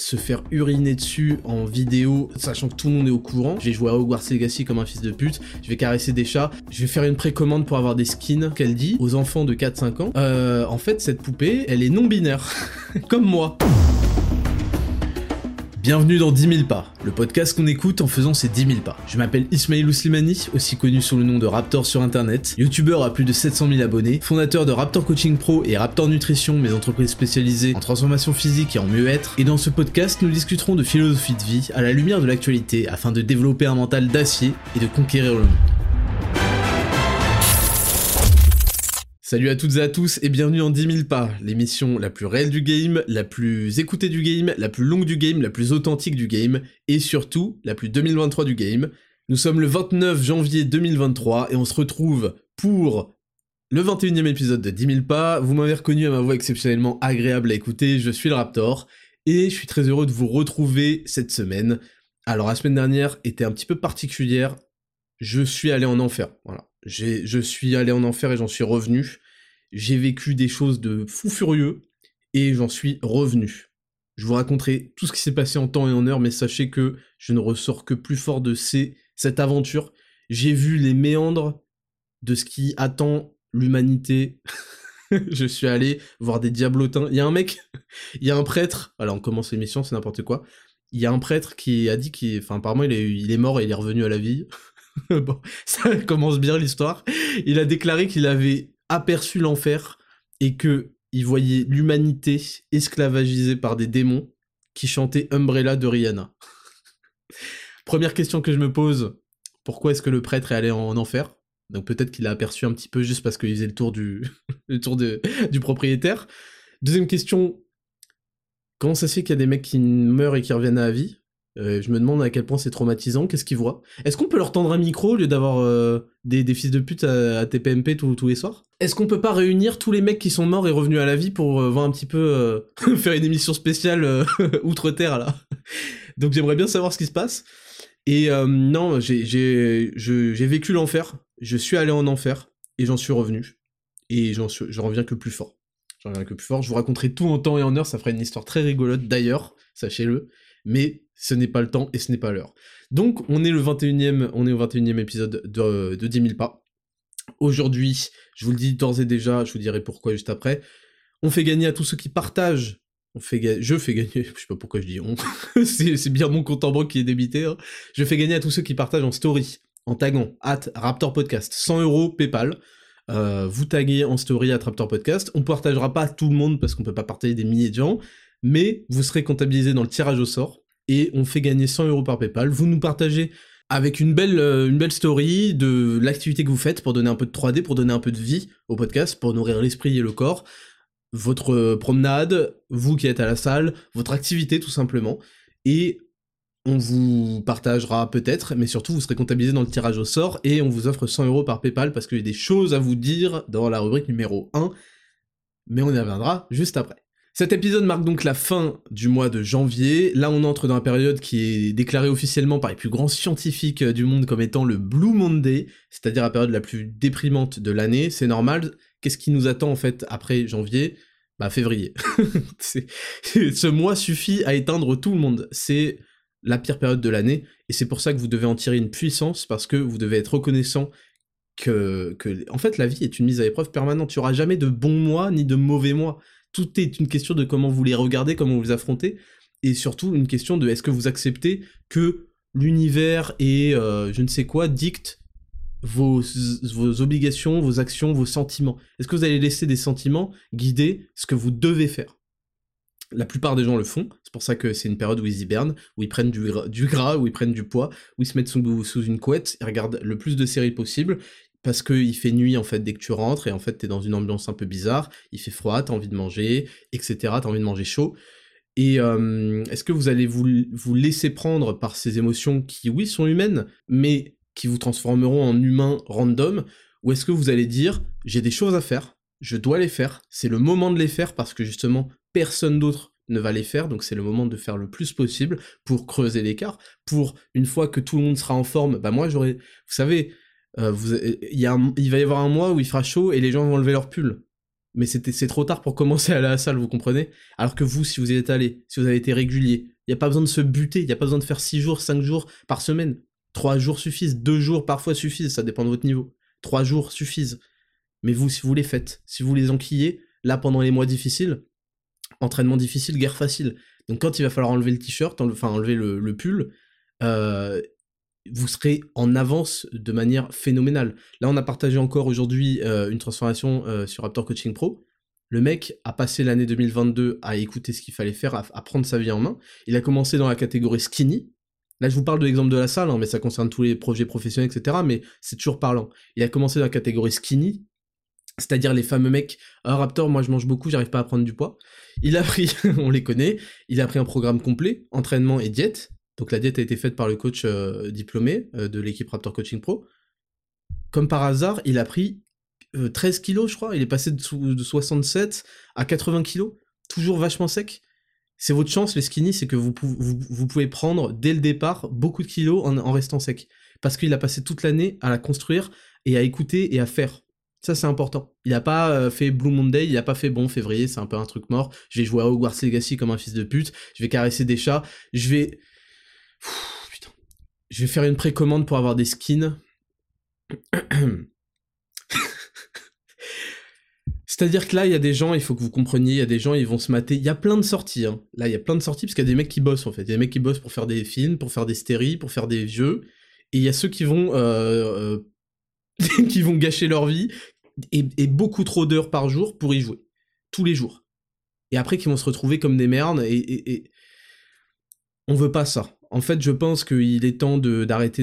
se faire uriner dessus en vidéo, sachant que tout le monde est au courant. Je vais jouer à Hogwarts Legacy comme un fils de pute, je vais caresser des chats, je vais faire une précommande pour avoir des skins, qu'elle dit, aux enfants de 4-5 ans. En fait, cette poupée, elle est non-binaire, comme moi. Bienvenue dans 10 000 pas, le podcast qu'on écoute en faisant ses 10 000 pas. Je m'appelle Ismail Slimani, aussi connu sous le nom de Raptor sur internet, youtubeur à plus de 700 000 abonnés, fondateur de Raptor Coaching Pro et Raptor Nutrition, mes entreprises spécialisées en transformation physique et en mieux-être. Et dans ce podcast, nous discuterons de philosophie de vie à la lumière de l'actualité afin de développer un mental d'acier et de conquérir le monde. Salut à toutes et à tous et bienvenue en 10 000 pas, l'émission la plus réelle du game, la plus écoutée du game, la plus longue du game, la plus authentique du game, et surtout, la plus 2023 du game. Nous sommes le 29 janvier 2023 et on se retrouve pour le 21e épisode de 10 000 pas. Vous m'avez reconnu à ma voix exceptionnellement agréable à écouter, je suis le Raptor, et je suis très heureux de vous retrouver cette semaine. Alors la semaine dernière était un petit peu particulière, je suis allé en enfer, voilà. Je suis allé en enfer et j'en suis revenu. J'ai vécu des choses de fou furieux et j'en suis revenu. Je vous raconterai tout ce qui s'est passé en temps et en heure, mais sachez que je ne ressors que plus fort de cette aventure. J'ai vu les méandres de ce qui attend l'humanité. Je suis allé voir des diablotins. Il y a un mec, il y a un prêtre, voilà, on commence l'émission, c'est n'importe quoi. Il y a un prêtre qui a dit apparemment il est mort et il est revenu à la vie. Bon, ça commence bien l'histoire. Il a déclaré qu'il avait aperçu l'enfer et que il voyait l'humanité esclavagisée par des démons qui chantaient Umbrella de Rihanna. Première question que je me pose, pourquoi est-ce que le prêtre est allé en enfer ? Donc peut-être qu'il a aperçu un petit peu juste parce qu'il faisait le tour du propriétaire. Deuxième question, comment ça se fait qu'il y a des mecs qui meurent et qui reviennent à la vie ? Je me demande à quel point c'est traumatisant, qu'est-ce qu'ils voient. Est-ce qu'on peut leur tendre un micro au lieu d'avoir des fils de pute à TPMP tous les soirs ? Est-ce qu'on peut pas réunir tous les mecs qui sont morts et revenus à la vie pour voir un petit peu faire une émission spéciale outre-terre là ? Donc j'aimerais bien savoir ce qui se passe. Et non, j'ai vécu l'enfer, je suis allé en enfer et j'en suis revenu. Et j'en reviens que plus fort. Je vous raconterai tout en temps et en heure, ça fera une histoire très rigolote d'ailleurs, sachez-le. Mais ce n'est pas le temps et ce n'est pas l'heure. Donc, on est au 21e épisode de 10 000 pas. Aujourd'hui, je vous le dis d'ores et déjà, je vous dirai pourquoi juste après, on fait gagner à tous ceux qui partagent. Je fais gagner, je sais pas pourquoi je dis on, c'est bien mon compte en banque qui est débité, hein. Je fais gagner à tous ceux qui partagent en story, en taguant @RaptorPodcast, 100€ PayPal. Vous taguez en story @RaptorPodcast. On partagera pas à tout le monde parce qu'on peut pas partager des milliers de gens, mais vous serez comptabilisé dans le tirage au sort et on fait gagner 100€ par PayPal. Vous nous partagez avec une belle story de l'activité que vous faites pour donner un peu de 3D, pour donner un peu de vie au podcast, pour nourrir l'esprit et le corps, votre promenade, vous qui êtes à la salle, votre activité tout simplement, et on vous partagera peut-être, mais surtout vous serez comptabilisé dans le tirage au sort et on vous offre 100€ par PayPal parce qu'il y a des choses à vous dire dans la rubrique numéro 1, mais on y reviendra juste après. Cet épisode marque donc la fin du mois de janvier. Là, on entre dans la période qui est déclarée officiellement par les plus grands scientifiques du monde comme étant le Blue Monday, c'est-à-dire la période la plus déprimante de l'année. C'est normal. Qu'est-ce qui nous attend en fait après janvier ? Février. Ce mois suffit à éteindre tout le monde. C'est la pire période de l'année et c'est pour ça que vous devez en tirer une puissance parce que vous devez être reconnaissant que en fait la vie est une mise à épreuve permanente. Il n'y aura jamais de bons mois ni de mauvais mois. Tout est une question de comment vous les regardez, comment vous les affrontez, et surtout une question de est-ce que vous acceptez que l'univers et je ne sais quoi dictent vos obligations, vos actions, vos sentiments. Est-ce que vous allez laisser des sentiments guider ce que vous devez faire ? La plupart des gens le font, c'est pour ça que c'est une période où ils hibernent, où ils prennent du gras, où ils prennent du poids, où ils se mettent sous une couette, ils regardent le plus de séries possible, parce qu'il fait nuit en fait dès que tu rentres, et en fait t'es dans une ambiance un peu bizarre, il fait froid, t'as envie de manger, etc., t'as envie de manger chaud, et est-ce que vous allez vous laisser prendre par ces émotions qui, oui, sont humaines, mais qui vous transformeront en humain random, ou est-ce que vous allez dire, j'ai des choses à faire, je dois les faire, c'est le moment de les faire, parce que justement, personne d'autre ne va les faire, donc c'est le moment de faire le plus possible pour creuser l'écart, pour, une fois que tout le monde sera en forme, moi j'aurais, vous savez, il va y avoir un mois où il fera chaud et les gens vont lever leur pull. Mais c'est trop tard pour commencer à aller à la salle, vous comprenez ? Alors que vous, si vous y êtes allé, si vous avez été régulier, Il n'y a pas besoin de se buter, il n'y a pas besoin de faire 6 jours, 5 jours par semaine. 3 jours suffisent, 2 jours parfois suffisent, ça dépend de votre niveau. 3 jours suffisent. Mais vous, si vous les faites, si vous les enquillez, là, pendant les mois difficiles, entraînement difficile, guerre facile. Donc quand il va falloir enlever le t-shirt, enlever le pull, vous serez en avance de manière phénoménale. Là, on a partagé encore aujourd'hui une transformation sur Raptor Coaching Pro. Le mec a passé l'année 2022 à écouter ce qu'il fallait faire, à prendre sa vie en main. Il a commencé dans la catégorie skinny. Là, je vous parle de l'exemple de la salle, hein, mais ça concerne tous les projets professionnels, etc. Mais c'est toujours parlant. Il a commencé dans la catégorie skinny, c'est-à-dire les fameux mecs « Ah, Raptor, moi je mange beaucoup, j'arrive pas à prendre du poids ». Il a pris, on les connaît, il a pris un programme complet, entraînement et diète. Donc la diète a été faite par le coach diplômé de l'équipe Raptor Coaching Pro. Comme par hasard, il a pris 13 kilos, je crois. Il est passé de 67 à 80 kilos, toujours vachement sec. C'est votre chance, les skinny, c'est que vous pouvez prendre, dès le départ, beaucoup de kilos en restant sec. Parce qu'il a passé toute l'année à la construire et à écouter et à faire. Ça, c'est important. Il n'a pas fait Blue Monday, il n'a pas fait bon, février, c'est un peu un truc mort. Je vais jouer à Hogwarts Legacy comme un fils de pute, je vais caresser des chats, je vais faire une précommande pour avoir des skins. C'est-à-dire que là, il y a des gens, il faut que vous compreniez, il y a des gens, ils vont se mater. Il y a plein de sorties, hein. Là, il y a plein de sorties parce qu'il y a des mecs qui bossent, en fait. Il y a des mecs qui bossent pour faire des films, pour faire des séries, pour faire des jeux. Et il y a ceux qui vont qui vont gâcher leur vie et beaucoup trop d'heures par jour pour y jouer. Tous les jours. Et après, qui vont se retrouver comme des merdes et on veut pas ça. En fait, je pense qu'il est temps d'arrêter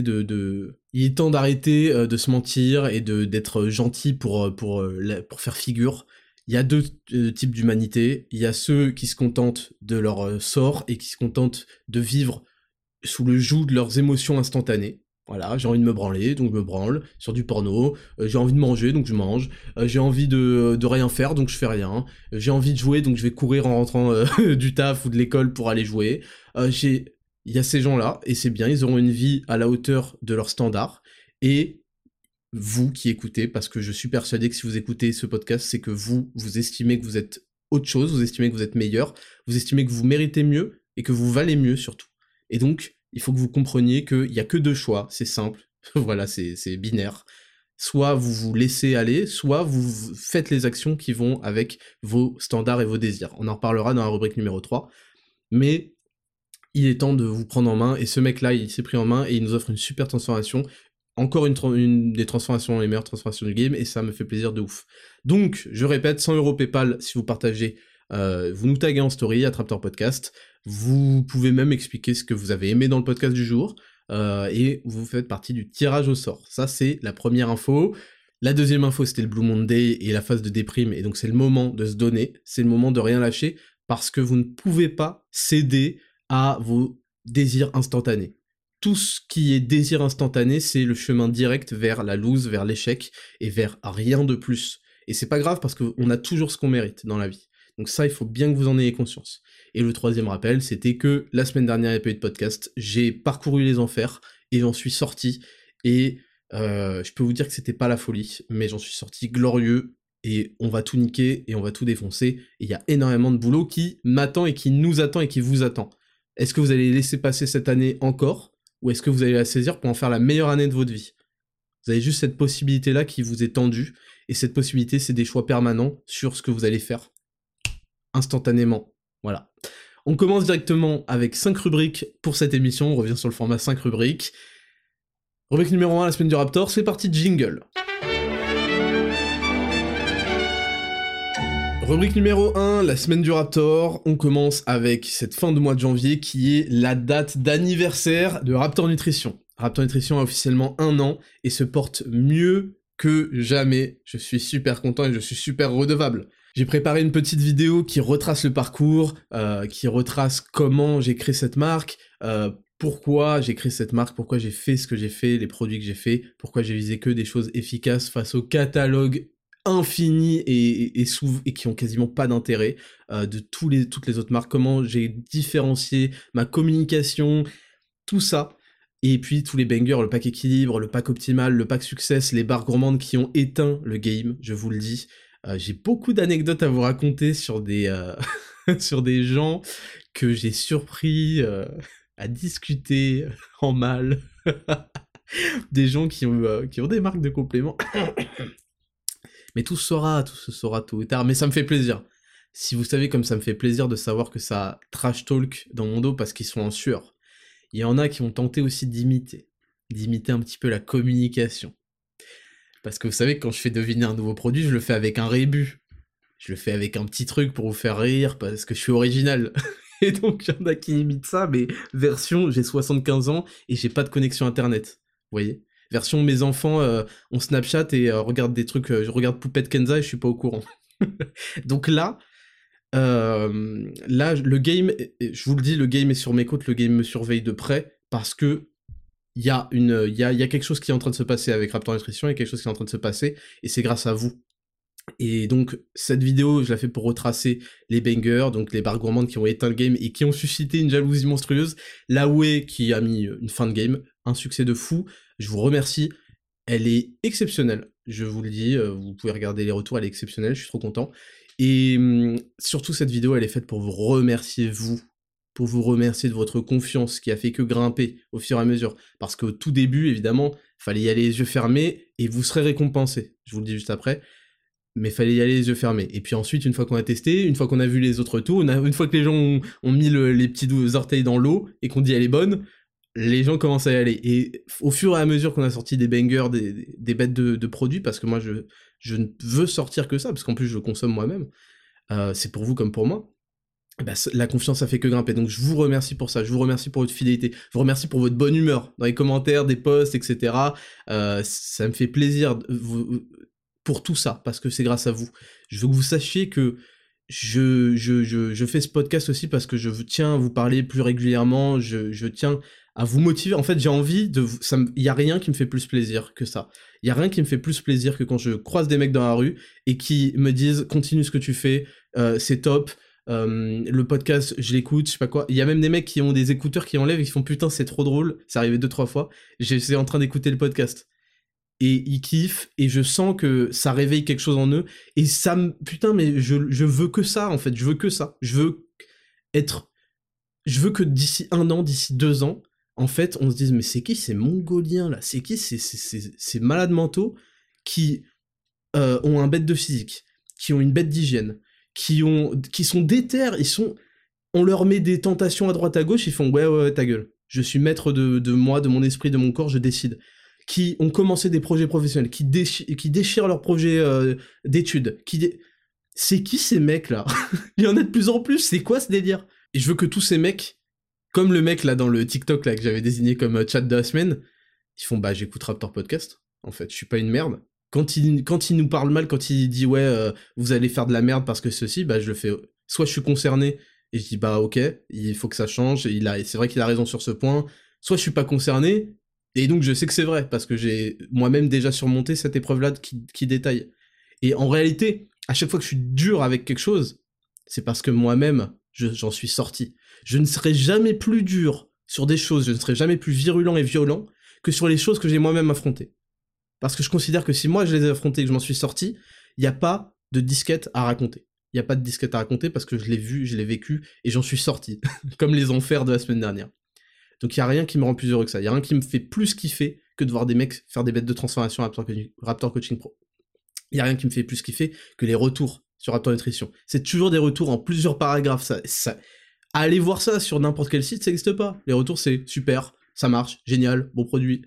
il est temps d'arrêter de se mentir et d'être gentil pour faire figure. Il y a deux types d'humanité. Il y a ceux qui se contentent de leur sort et qui se contentent de vivre sous le joug de leurs émotions instantanées. Voilà, j'ai envie de me branler, donc je me branle, sur du porno, j'ai envie de manger, donc je mange, j'ai envie de rien faire, donc je fais rien, j'ai envie de jouer, donc je vais courir en rentrant du taf ou de l'école pour aller jouer. Il y a ces gens-là, et c'est bien, ils auront une vie à la hauteur de leurs standards, et vous qui écoutez, parce que je suis persuadé que si vous écoutez ce podcast, c'est que vous estimez que vous êtes autre chose, vous estimez que vous êtes meilleur, vous estimez que vous méritez mieux, et que vous valez mieux surtout. Et donc, il faut que vous compreniez qu'il n'y a que deux choix, c'est simple, voilà, c'est binaire. Soit vous vous laissez aller, soit vous faites les actions qui vont avec vos standards et vos désirs. On en reparlera dans la rubrique numéro 3, mais il est temps de vous prendre en main, et ce mec-là, il s'est pris en main, et il nous offre une super transformation, encore une des transformations, les meilleures transformations du game, et ça me fait plaisir de ouf. Donc, je répète, 100 € PayPal si vous partagez, vous nous taguez en story, Attraptor Podcast, vous pouvez même expliquer ce que vous avez aimé dans le podcast du jour, et vous faites partie du tirage au sort. Ça, c'est la première info. La deuxième info, c'était le Blue Monday et la phase de déprime, et donc c'est le moment de se donner, c'est le moment de rien lâcher, parce que vous ne pouvez pas céder à vos désirs instantanés. Tout ce qui est désir instantané, c'est le chemin direct vers la lose, vers l'échec, et vers rien de plus. Et c'est pas grave, parce qu'on a toujours ce qu'on mérite dans la vie. Donc ça, il faut bien que vous en ayez conscience. Et le troisième rappel, c'était que la semaine dernière, il n'y a pas eu de podcast, j'ai parcouru les enfers, et j'en suis sorti, et je peux vous dire que c'était pas la folie, mais j'en suis sorti glorieux, et on va tout niquer, et on va tout défoncer, et il y a énormément de boulot qui m'attend, et qui nous attend, et qui vous attend. Est-ce que vous allez laisser passer cette année encore, ou est-ce que vous allez la saisir pour en faire la meilleure année de votre vie? Vous avez juste cette possibilité-là qui vous est tendue, et cette possibilité, c'est des choix permanents sur ce que vous allez faire instantanément. Voilà. On commence directement avec 5 rubriques pour cette émission, on revient sur le format 5 rubriques. Rubrique numéro 1, la semaine du Raptor, c'est parti, jingle. Rubrique numéro 1, la semaine du Raptor, on commence avec cette fin de mois de janvier qui est la date d'anniversaire de Raptor Nutrition. Raptor Nutrition a officiellement 1 an et se porte mieux que jamais. Je suis super content et je suis super redevable. J'ai préparé une petite vidéo qui retrace le parcours, qui retrace comment j'ai créé cette marque, pourquoi j'ai créé cette marque, pourquoi j'ai fait ce que j'ai fait, les produits que j'ai fait, pourquoi j'ai visé que des choses efficaces face au catalogue infini et qui ont quasiment pas d'intérêt de toutes les autres marques, comment j'ai différencié ma communication, tout ça. Et puis tous les bangers, le pack équilibre, le pack optimal, le pack success, les barres gourmandes qui ont éteint le game, je vous le dis. J'ai beaucoup d'anecdotes à vous raconter sur des sur des gens que j'ai surpris à discuter en mal. Des gens qui ont des marques de compléments. Mais tout se saura tôt ou tard. Mais ça me fait plaisir. Si vous savez comme ça me fait plaisir de savoir que ça trash talk dans mon dos parce qu'ils sont en sueur. Il y en a qui ont tenté aussi d'imiter un petit peu la communication. Parce que vous savez que quand je fais deviner un nouveau produit, je le fais avec un rébut. Je le fais avec un petit truc pour vous faire rire, parce que je suis original. Et donc, il y en a qui imitent ça, mais version, j'ai 75 ans et j'ai pas de connexion internet. Vous voyez ? Version, mes enfants ont Snapchat et regardent des trucs, je regarde Poupette Kenza et je suis pas au courant. Donc là, le game, je vous le dis, le game est sur mes côtes, le game me surveille de près, parce que il y a quelque chose qui est en train de se passer avec Raptor Nutrition, il y a quelque chose qui est en train de se passer, et c'est grâce à vous. Et donc, cette vidéo, je la fais pour retracer les bangers, donc les barres gourmandes qui ont éteint le game et qui ont suscité une jalousie monstrueuse. La Whey qui a mis une fin de game, un succès de fou. Je vous remercie. Elle est exceptionnelle. Je vous le dis, vous pouvez regarder les retours, elle est exceptionnelle, je suis trop content. Et surtout, cette vidéo, elle est faite pour vous remercier, vous. Pour vous remercier de votre confiance qui a fait que grimper au fur et à mesure. Parce qu'au tout début, évidemment, fallait y aller les yeux fermés et vous serez récompensé. Je vous le dis juste après. Mais fallait y aller les yeux fermés. Et puis ensuite, une fois qu'on a testé, une fois qu'on a vu les autres tours, une fois que les gens ont mis les petits orteils dans l'eau et qu'on dit elle est bonne, les gens commencent à y aller. Et au fur et à mesure qu'on a sorti des bangers, des bêtes de produits, parce que moi je ne veux sortir que ça, parce qu'en plus je le consomme moi-même, c'est pour vous comme pour moi, bah, la confiance a fait que grimper. Donc je vous remercie pour ça, je vous remercie pour votre fidélité, je vous remercie pour votre bonne humeur, dans les commentaires, des posts, etc. Ça me fait plaisir, pour tout ça, parce que c'est grâce à vous. Je veux que vous sachiez que je fais ce podcast aussi parce que je tiens à vous parler plus régulièrement, je tiens à vous motiver. En fait, j'ai envie de vous... Il y a rien qui me fait plus plaisir que ça. Il y a rien qui me fait plus plaisir que quand je croise des mecs dans la rue et qui me disent « Continue ce que tu fais, c'est top, le podcast, je l'écoute, je sais pas quoi. » Il y a même des mecs qui ont des écouteurs qui enlèvent et qui font « Putain, c'est trop drôle. » C'est arrivé 2-3 fois. J'étais en train d'écouter le podcast. Et ils kiffent, et je sens que ça réveille quelque chose en eux, et ça me... Putain, mais je veux que ça, en fait, je veux que ça. Je veux que d'ici 1 an, d'ici 2 ans, en fait, on se dise, mais c'est qui ces Mongoliens, là ? C'est qui ces malades mentaux qui ont un bête de physique, qui ont une bête d'hygiène, qui sont déter, on leur met des tentations à droite à gauche, ils font, ouais, ta gueule. Je suis maître de moi, de mon esprit, de mon corps, je décide. Qui ont commencé des projets professionnels, qui déchirent leurs projets d'études, C'est qui ces mecs-là ? Il y en a de plus en plus, c'est quoi ce délire ? Et je veux que tous ces mecs, comme le mec là dans le TikTok là que j'avais désigné comme chat de la semaine, ils font bah j'écoute Raptor Podcast, en fait, je suis pas une merde. Quand il nous parle mal, quand il dit ouais, vous allez faire de la merde parce que ceci, bah je le fais, soit je suis concerné et je dis bah ok, il faut que ça change, et c'est vrai qu'il a raison sur ce point, soit je suis pas concerné, et donc je sais que c'est vrai, parce que j'ai moi-même déjà surmonté cette épreuve-là qui détaille. Et en réalité, à chaque fois que je suis dur avec quelque chose, c'est parce que moi-même, j'en suis sorti. Je ne serai jamais plus dur sur des choses, je ne serai jamais plus virulent et violent que sur les choses que j'ai moi-même affrontées. Parce que je considère que si moi je les ai affrontées et que je m'en suis sorti, il n'y a pas de disquette à raconter. Il n'y a pas de disquette à raconter parce que je l'ai vu, je l'ai vécu, et j'en suis sorti. Comme les enfers de la semaine dernière. Donc il n'y a rien qui me rend plus heureux que ça. Il n'y a rien qui me fait plus kiffer que de voir des mecs faire des bêtes de transformation à Raptor Coaching Pro. Il n'y a rien qui me fait plus kiffer que les retours sur Raptor Nutrition. C'est toujours des retours en plusieurs paragraphes. Allez voir ça sur n'importe quel site, ça n'existe pas. Les retours, c'est super, ça marche, génial, bon produit.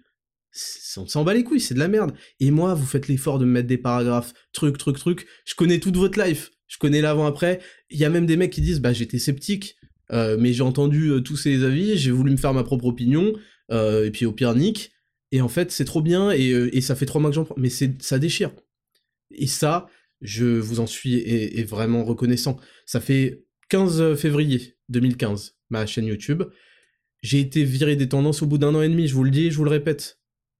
On s'en bat les couilles, c'est de la merde. Et moi, vous faites l'effort de me mettre des paragraphes, truc. Je connais toute votre life. Je connais l'avant-après. Il y a même des mecs qui disent, bah j'étais sceptique. Mais j'ai entendu tous ces avis, j'ai voulu me faire ma propre opinion, et puis au pire nique, et en fait c'est trop bien, et ça fait 3 mois que j'en prends, mais ça déchire. Et ça, je vous en suis et vraiment reconnaissant. Ça fait 15 février 2015, ma chaîne YouTube, j'ai été viré des tendances au bout d'1 an et demi, je vous le dis, je vous le répète.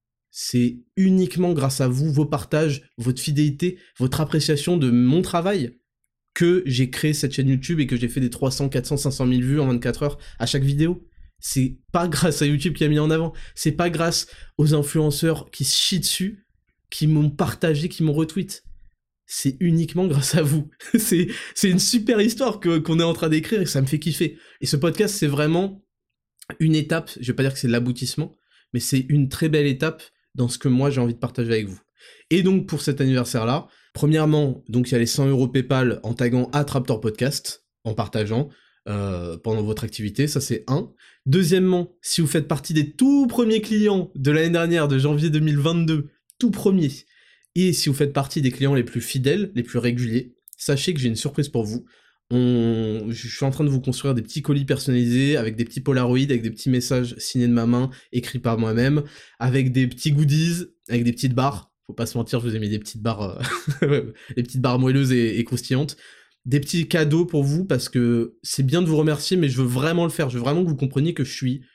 C'est uniquement grâce à vous, vos partages, votre fidélité, votre appréciation de mon travail, que j'ai créé cette chaîne YouTube et que j'ai fait des 300, 400, 500 000 vues en 24 heures à chaque vidéo. C'est pas grâce à YouTube qui a mis en avant. C'est pas grâce aux influenceurs qui se chient dessus, qui m'ont partagé, qui m'ont retweet. c'est uniquement grâce à vous. c'est une super histoire qu'on est en train d'écrire et ça me fait kiffer. Et ce podcast, c'est vraiment une étape, je vais pas dire que c'est l'aboutissement, mais c'est une très belle étape dans ce que moi j'ai envie de partager avec vous. Et donc pour cet anniversaire-là, premièrement, donc il y a les 100 € PayPal en taguant @Raptor Podcast, en partageant pendant votre activité, ça c'est un. Deuxièmement, si vous faites partie des tout premiers clients de l'année dernière, de janvier 2022, tout premier, et si vous faites partie des clients les plus fidèles, les plus réguliers, sachez que j'ai une surprise pour vous. Je suis en train de vous construire des petits colis personnalisés avec des petits polaroids, avec des petits messages signés de ma main, écrits par moi-même, avec des petits goodies, avec des petites barres. Faut pas se mentir, je vous ai mis des petites barres, des petites barres moelleuses et croustillantes. Des petits cadeaux pour vous parce que c'est bien de vous remercier, mais je veux vraiment le faire. Je veux vraiment que vous compreniez que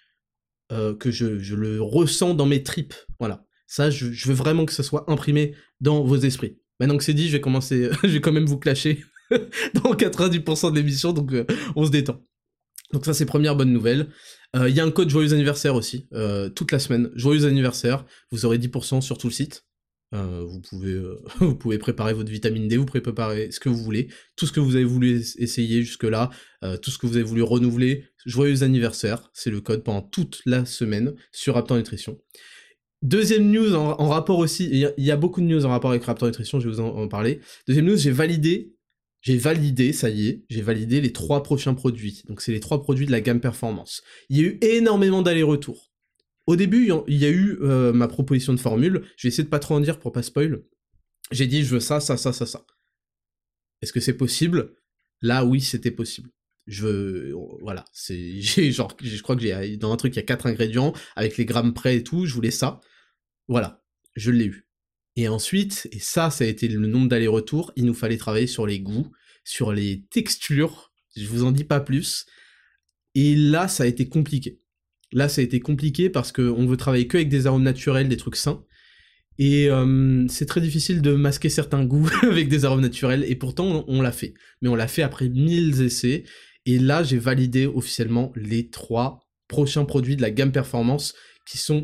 je le ressens dans mes tripes. Voilà. Ça, je veux vraiment que ça soit imprimé dans vos esprits. Maintenant que c'est dit, je vais commencer, je vais quand même vous clasher dans 90% de l'émission, donc on se détend. Donc ça, c'est première bonne nouvelle. Il y a un code joyeux anniversaire aussi, toute la semaine. Joyeux anniversaire, vous aurez 10% sur tout le site. Vous pouvez préparer votre vitamine D, vous pouvez préparer ce que vous voulez, tout ce que vous avez voulu essayer jusque-là, tout ce que vous avez voulu renouveler. Joyeux anniversaire, c'est le code pendant toute la semaine sur Raptor Nutrition. Deuxième news en rapport aussi, il y a beaucoup de news en rapport avec Raptor Nutrition, je vais vous en parler. Deuxième news, j'ai validé, ça y est, j'ai validé les 3 prochains produits. Donc c'est les 3 produits de la gamme Performance. Il y a eu énormément d'allers-retours. Au début, il y a eu ma proposition de formule, je vais essayer de pas trop en dire pour pas spoil. J'ai dit, je veux ça. Est-ce que c'est possible? Là, oui, c'était possible. Voilà, je crois que dans un truc, il y a 4 ingrédients, avec les grammes près et tout, je voulais ça. Voilà, je l'ai eu. Et ensuite, et ça a été le nombre d'allers-retours, il nous fallait travailler sur les goûts, sur les textures, je vous en dis pas plus. Et là, ça a été compliqué. Là, ça a été compliqué parce qu'on veut travailler que avec des arômes naturels, des trucs sains. Et c'est très difficile de masquer certains goûts avec des arômes naturels, et pourtant on l'a fait. Mais on l'a fait après 1000 essais, et là j'ai validé officiellement les 3 prochains produits de la gamme Performance qui sont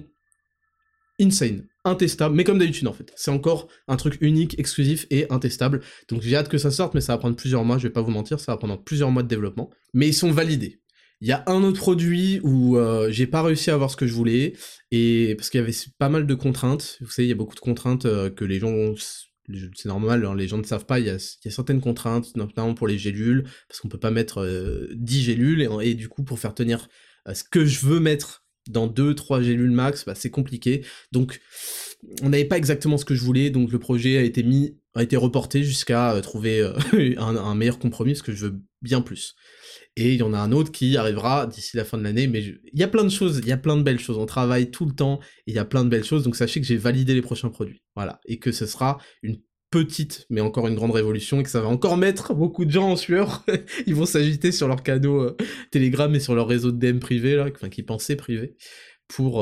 insane, intestables, mais comme d'habitude en fait. C'est encore un truc unique, exclusif et intestable. Donc j'ai hâte que ça sorte, mais ça va prendre plusieurs mois, je vais pas vous mentir, ça va prendre plusieurs mois de développement. Mais ils sont validés. Il y a un autre produit où j'ai pas réussi à avoir ce que je voulais, et parce qu'il y avait pas mal de contraintes. Vous savez, il y a beaucoup de contraintes que les gens, c'est normal, hein, les gens ne savent pas, il y a certaines contraintes, notamment pour les gélules, parce qu'on peut pas mettre 10 gélules, et du coup, pour faire tenir ce que je veux mettre dans 2-3 gélules max, bah, c'est compliqué. Donc, on n'avait pas exactement ce que je voulais, donc le projet a été reporté jusqu'à trouver un meilleur compromis, parce que je veux bien plus. Et il y en a un autre qui arrivera d'ici la fin de l'année, mais il y a plein de choses, il y a plein de belles choses, on travaille tout le temps, et il y a plein de belles choses, donc sachez que j'ai validé les prochains produits, voilà, et que ce sera une petite, mais encore une grande révolution, et que ça va encore mettre beaucoup de gens en sueur, ils vont s'agiter sur leur canaux Telegram et sur leur réseau de DM privé, là, enfin, qui pensaient privé, pour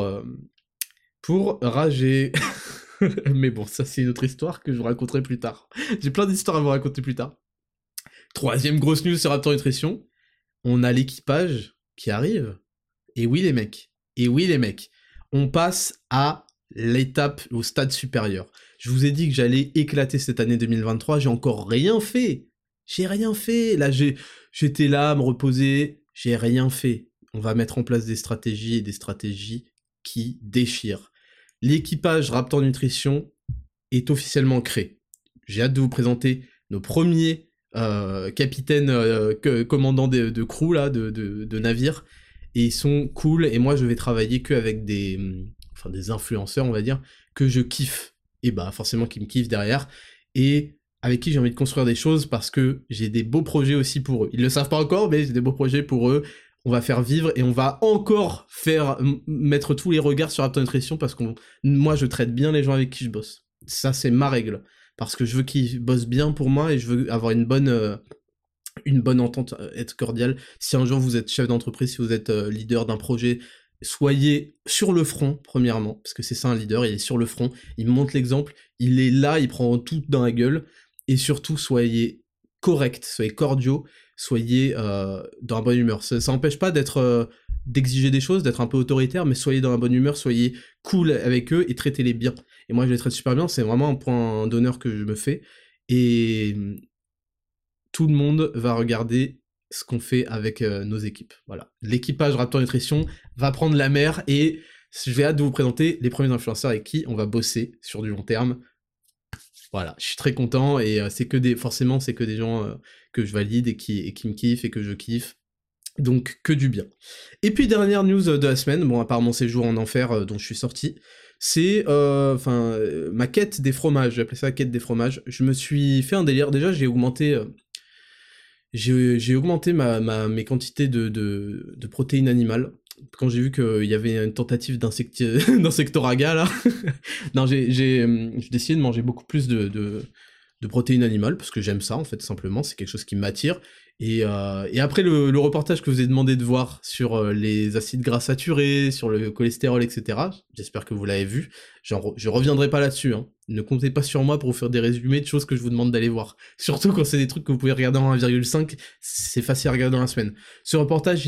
rager. Mais bon, ça c'est une autre histoire que je vous raconterai plus tard. J'ai plein d'histoires à vous raconter plus tard. Troisième grosse news sur Raptor Nutrition, on a l'équipage qui arrive. Et oui les mecs, on passe à l'étape, au stade supérieur. Je vous ai dit que j'allais éclater cette année 2023, j'ai encore rien fait. Là, j'étais là à me reposer, j'ai rien fait. On va mettre en place des stratégies qui déchirent. L'équipage Raptor Nutrition est officiellement créé. J'ai hâte de vous présenter nos premiers capitaines commandants de crew là, de navires, et ils sont cool, et moi je vais travailler que avec des influenceurs, on va dire, que je kiffe, et bah forcément qui me kiffent derrière, et avec qui j'ai envie de construire des choses, parce que j'ai des beaux projets aussi pour eux. Ils le savent pas encore, mais j'ai des beaux projets pour eux. On va faire vivre, et on va encore mettre tous les regards sur Raptor Nutrition, parce que moi je traite bien les gens avec qui je bosse. Ça c'est ma règle. Parce que je veux qu'ils bossent bien pour moi, et je veux avoir une bonne entente, être cordial. Si un jour vous êtes chef d'entreprise, si vous êtes leader d'un projet, soyez sur le front, premièrement, parce que c'est ça un leader, il est sur le front, il montre l'exemple, il est là, il prend tout dans la gueule, et surtout soyez correct, soyez cordiaux, soyez dans la bonne humeur. Ça n'empêche pas d'exiger des choses, d'être un peu autoritaire, mais soyez dans la bonne humeur, soyez cool avec eux et traitez-les bien. Et moi je les traite super bien, c'est vraiment un point d'honneur que je me fais, et tout le monde va regarder ce qu'on fait avec nos équipes. Voilà. L'équipage Raptor Nutrition va prendre la mer et je vais hâte de vous présenter les premiers influenceurs avec qui on va bosser sur du long terme. Voilà, je suis très content et forcément c'est que des gens que je valide et qui me kiffent et que je kiffe. Donc que du bien. Et puis dernière news de la semaine, bon à part mon séjour en enfer dont je suis sorti, c'est ma quête des fromages, j'ai appelé ça la quête des fromages. Je me suis fait un délire, déjà j'ai augmenté mes quantités de protéines animales. Quand j'ai vu qu'il y avait une tentative d'insectoraga, là, non, j'ai décidé de manger beaucoup plus de protéines animales, parce que j'aime ça, en fait, simplement, c'est quelque chose qui m'attire. Et après le reportage que vous avez demandé de voir sur les acides gras saturés, sur le cholestérol, etc., j'espère que vous l'avez vu, je reviendrai pas là-dessus, hein. Ne comptez pas sur moi pour vous faire des résumés de choses que je vous demande d'aller voir. Surtout quand c'est des trucs que vous pouvez regarder en 1,5, c'est facile à regarder dans la semaine. Ce reportage,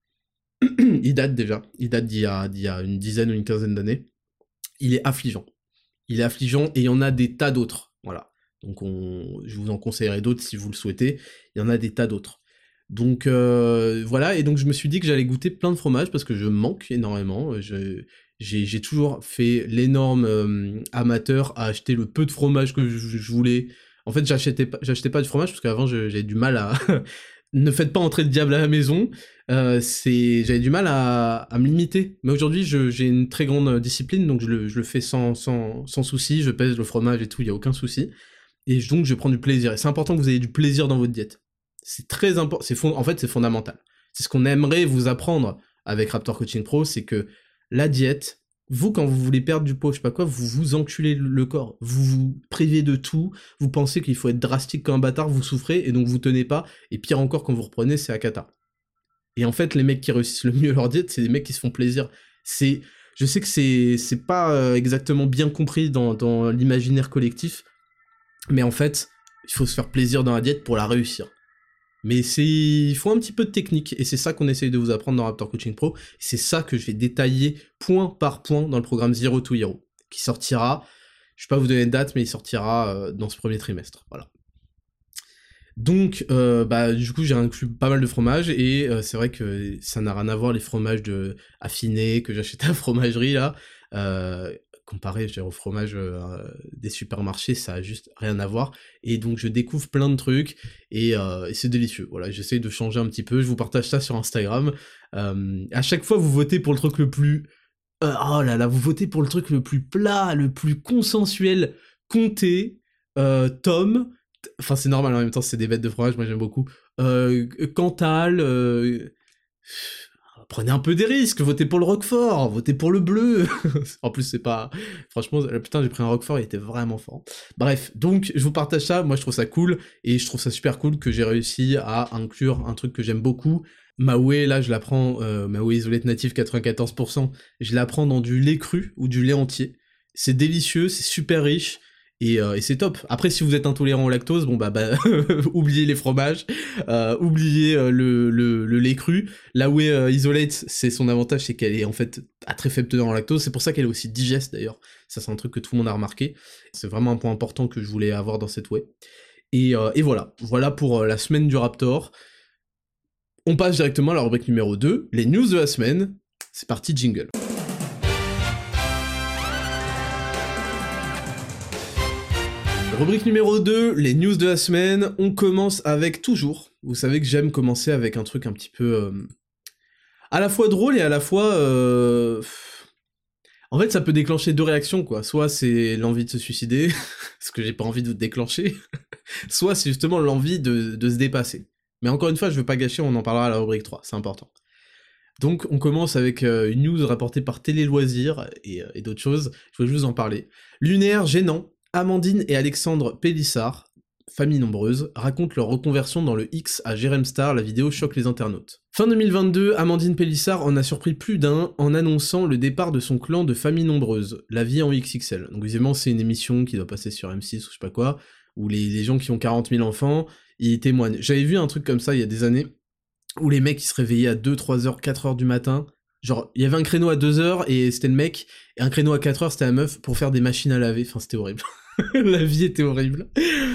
il date d'il y a une dizaine ou une quinzaine d'années. Il est affligeant. Et il y en a des tas d'autres. Voilà. Donc je vous en conseillerai d'autres si vous le souhaitez. Il y en a des tas d'autres. Donc voilà, et donc je me suis dit que j'allais goûter plein de fromages parce que je manque énormément. J'ai toujours fait l'énorme amateur à acheter le peu de fromage que je voulais. En fait, j'achetais pas de fromage parce qu'avant j'avais du mal à... Ne faites pas entrer le diable à la maison. J'avais du mal à me limiter. Mais aujourd'hui, j'ai une très grande discipline, donc je le fais sans souci. Je pèse le fromage et tout, il y a aucun souci. Et donc, je prends du plaisir. Et c'est important que vous ayez du plaisir dans votre diète. C'est très important. En fait, c'est fondamental. C'est ce qu'on aimerait vous apprendre avec Raptor Coaching Pro, c'est que la diète, vous, quand vous voulez perdre du poids, je sais pas quoi, vous vous enculez le corps. Vous vous privez de tout. Vous pensez qu'il faut être drastique comme un bâtard, vous souffrez, et donc vous tenez pas. Et pire encore, quand vous reprenez, c'est à cata. Et en fait, les mecs qui réussissent le mieux leur diète, c'est des mecs qui se font plaisir. Je sais que c'est pas exactement bien compris dans l'imaginaire collectif, mais en fait, il faut se faire plaisir dans la diète pour la réussir. Mais il faut un petit peu de technique, et c'est ça qu'on essaye de vous apprendre dans Raptor Coaching Pro, et c'est ça que je vais détailler point par point dans le programme Zero to Hero, qui sortira, je vais pas vous donner de date, mais il sortira dans ce premier trimestre, voilà. Donc, du coup, j'ai inclus pas mal de fromages, et c'est vrai que ça n'a rien à voir les fromages affinés que j'achète à la fromagerie, là, comparé au fromage des supermarchés, ça a juste rien à voir, et donc je découvre plein de trucs, et c'est délicieux, voilà, j'essaye de changer un petit peu, je vous partage ça sur Instagram, à chaque fois vous votez pour le truc le plus... oh là là, vous votez pour le truc le plus plat, le plus consensuel, Comté, Tom... Enfin, c'est normal, en même temps, c'est des bêtes de fromage, moi j'aime beaucoup. Cantal, prenez un peu des risques, votez pour le Roquefort, votez pour le bleu. En plus, c'est pas... Franchement, putain, j'ai pris un Roquefort, il était vraiment fort. Bref, donc, je vous partage ça, moi je trouve ça cool, et je trouve ça super cool que j'ai réussi à inclure un truc que j'aime beaucoup. Ma whey, là, je la prends, ma whey isolate native 94%, je la prends dans du lait cru ou du lait entier. C'est délicieux, c'est super riche, et c'est top. Après, si vous êtes intolérant au lactose, bon oubliez les fromages, oubliez le lait cru. La whey isolate, c'est son avantage, c'est qu'elle est en fait à très faible teneur en lactose. C'est pour ça qu'elle est aussi digeste d'ailleurs. Ça, c'est un truc que tout le monde a remarqué. C'est vraiment un point important que je voulais avoir dans cette whey. Et voilà pour la semaine du Raptor. On passe directement à la rubrique numéro 2, les news de la semaine. C'est parti, jingle. Rubrique numéro 2, les news de la semaine. On commence avec toujours. Vous savez que j'aime commencer avec un truc un petit peu... à la fois drôle et à la fois... En fait, ça peut déclencher deux réactions, quoi. Soit c'est l'envie de se suicider, parce que j'ai pas envie de vous déclencher, soit c'est justement l'envie de se dépasser. Mais encore une fois, je veux pas gâcher, on en parlera à la rubrique 3, c'est important. Donc on commence avec une news rapportée par Télé Loisirs et d'autres choses, je voulais juste en parler. Lunaire gênant, Amandine et Alexandre Pélissard, famille nombreuse, racontent leur reconversion dans le X à Jérém Star, la vidéo choque les internautes. Fin 2022, Amandine Pélissard en a surpris plus d'un en annonçant le départ de son clan de famille nombreuse, La Vie en XXL. Donc évidemment c'est une émission qui doit passer sur M6 ou je sais pas quoi, où les gens qui ont 40 000 enfants, ils témoignent. J'avais vu un truc comme ça il y a des années, où les mecs ils se réveillaient à 2, 3 heures, 4 heures du matin, genre il y avait un créneau à 2 heures et c'était le mec, et un créneau à 4 heures c'était la meuf pour faire des machines à laver, enfin c'était horrible. La vie était horrible.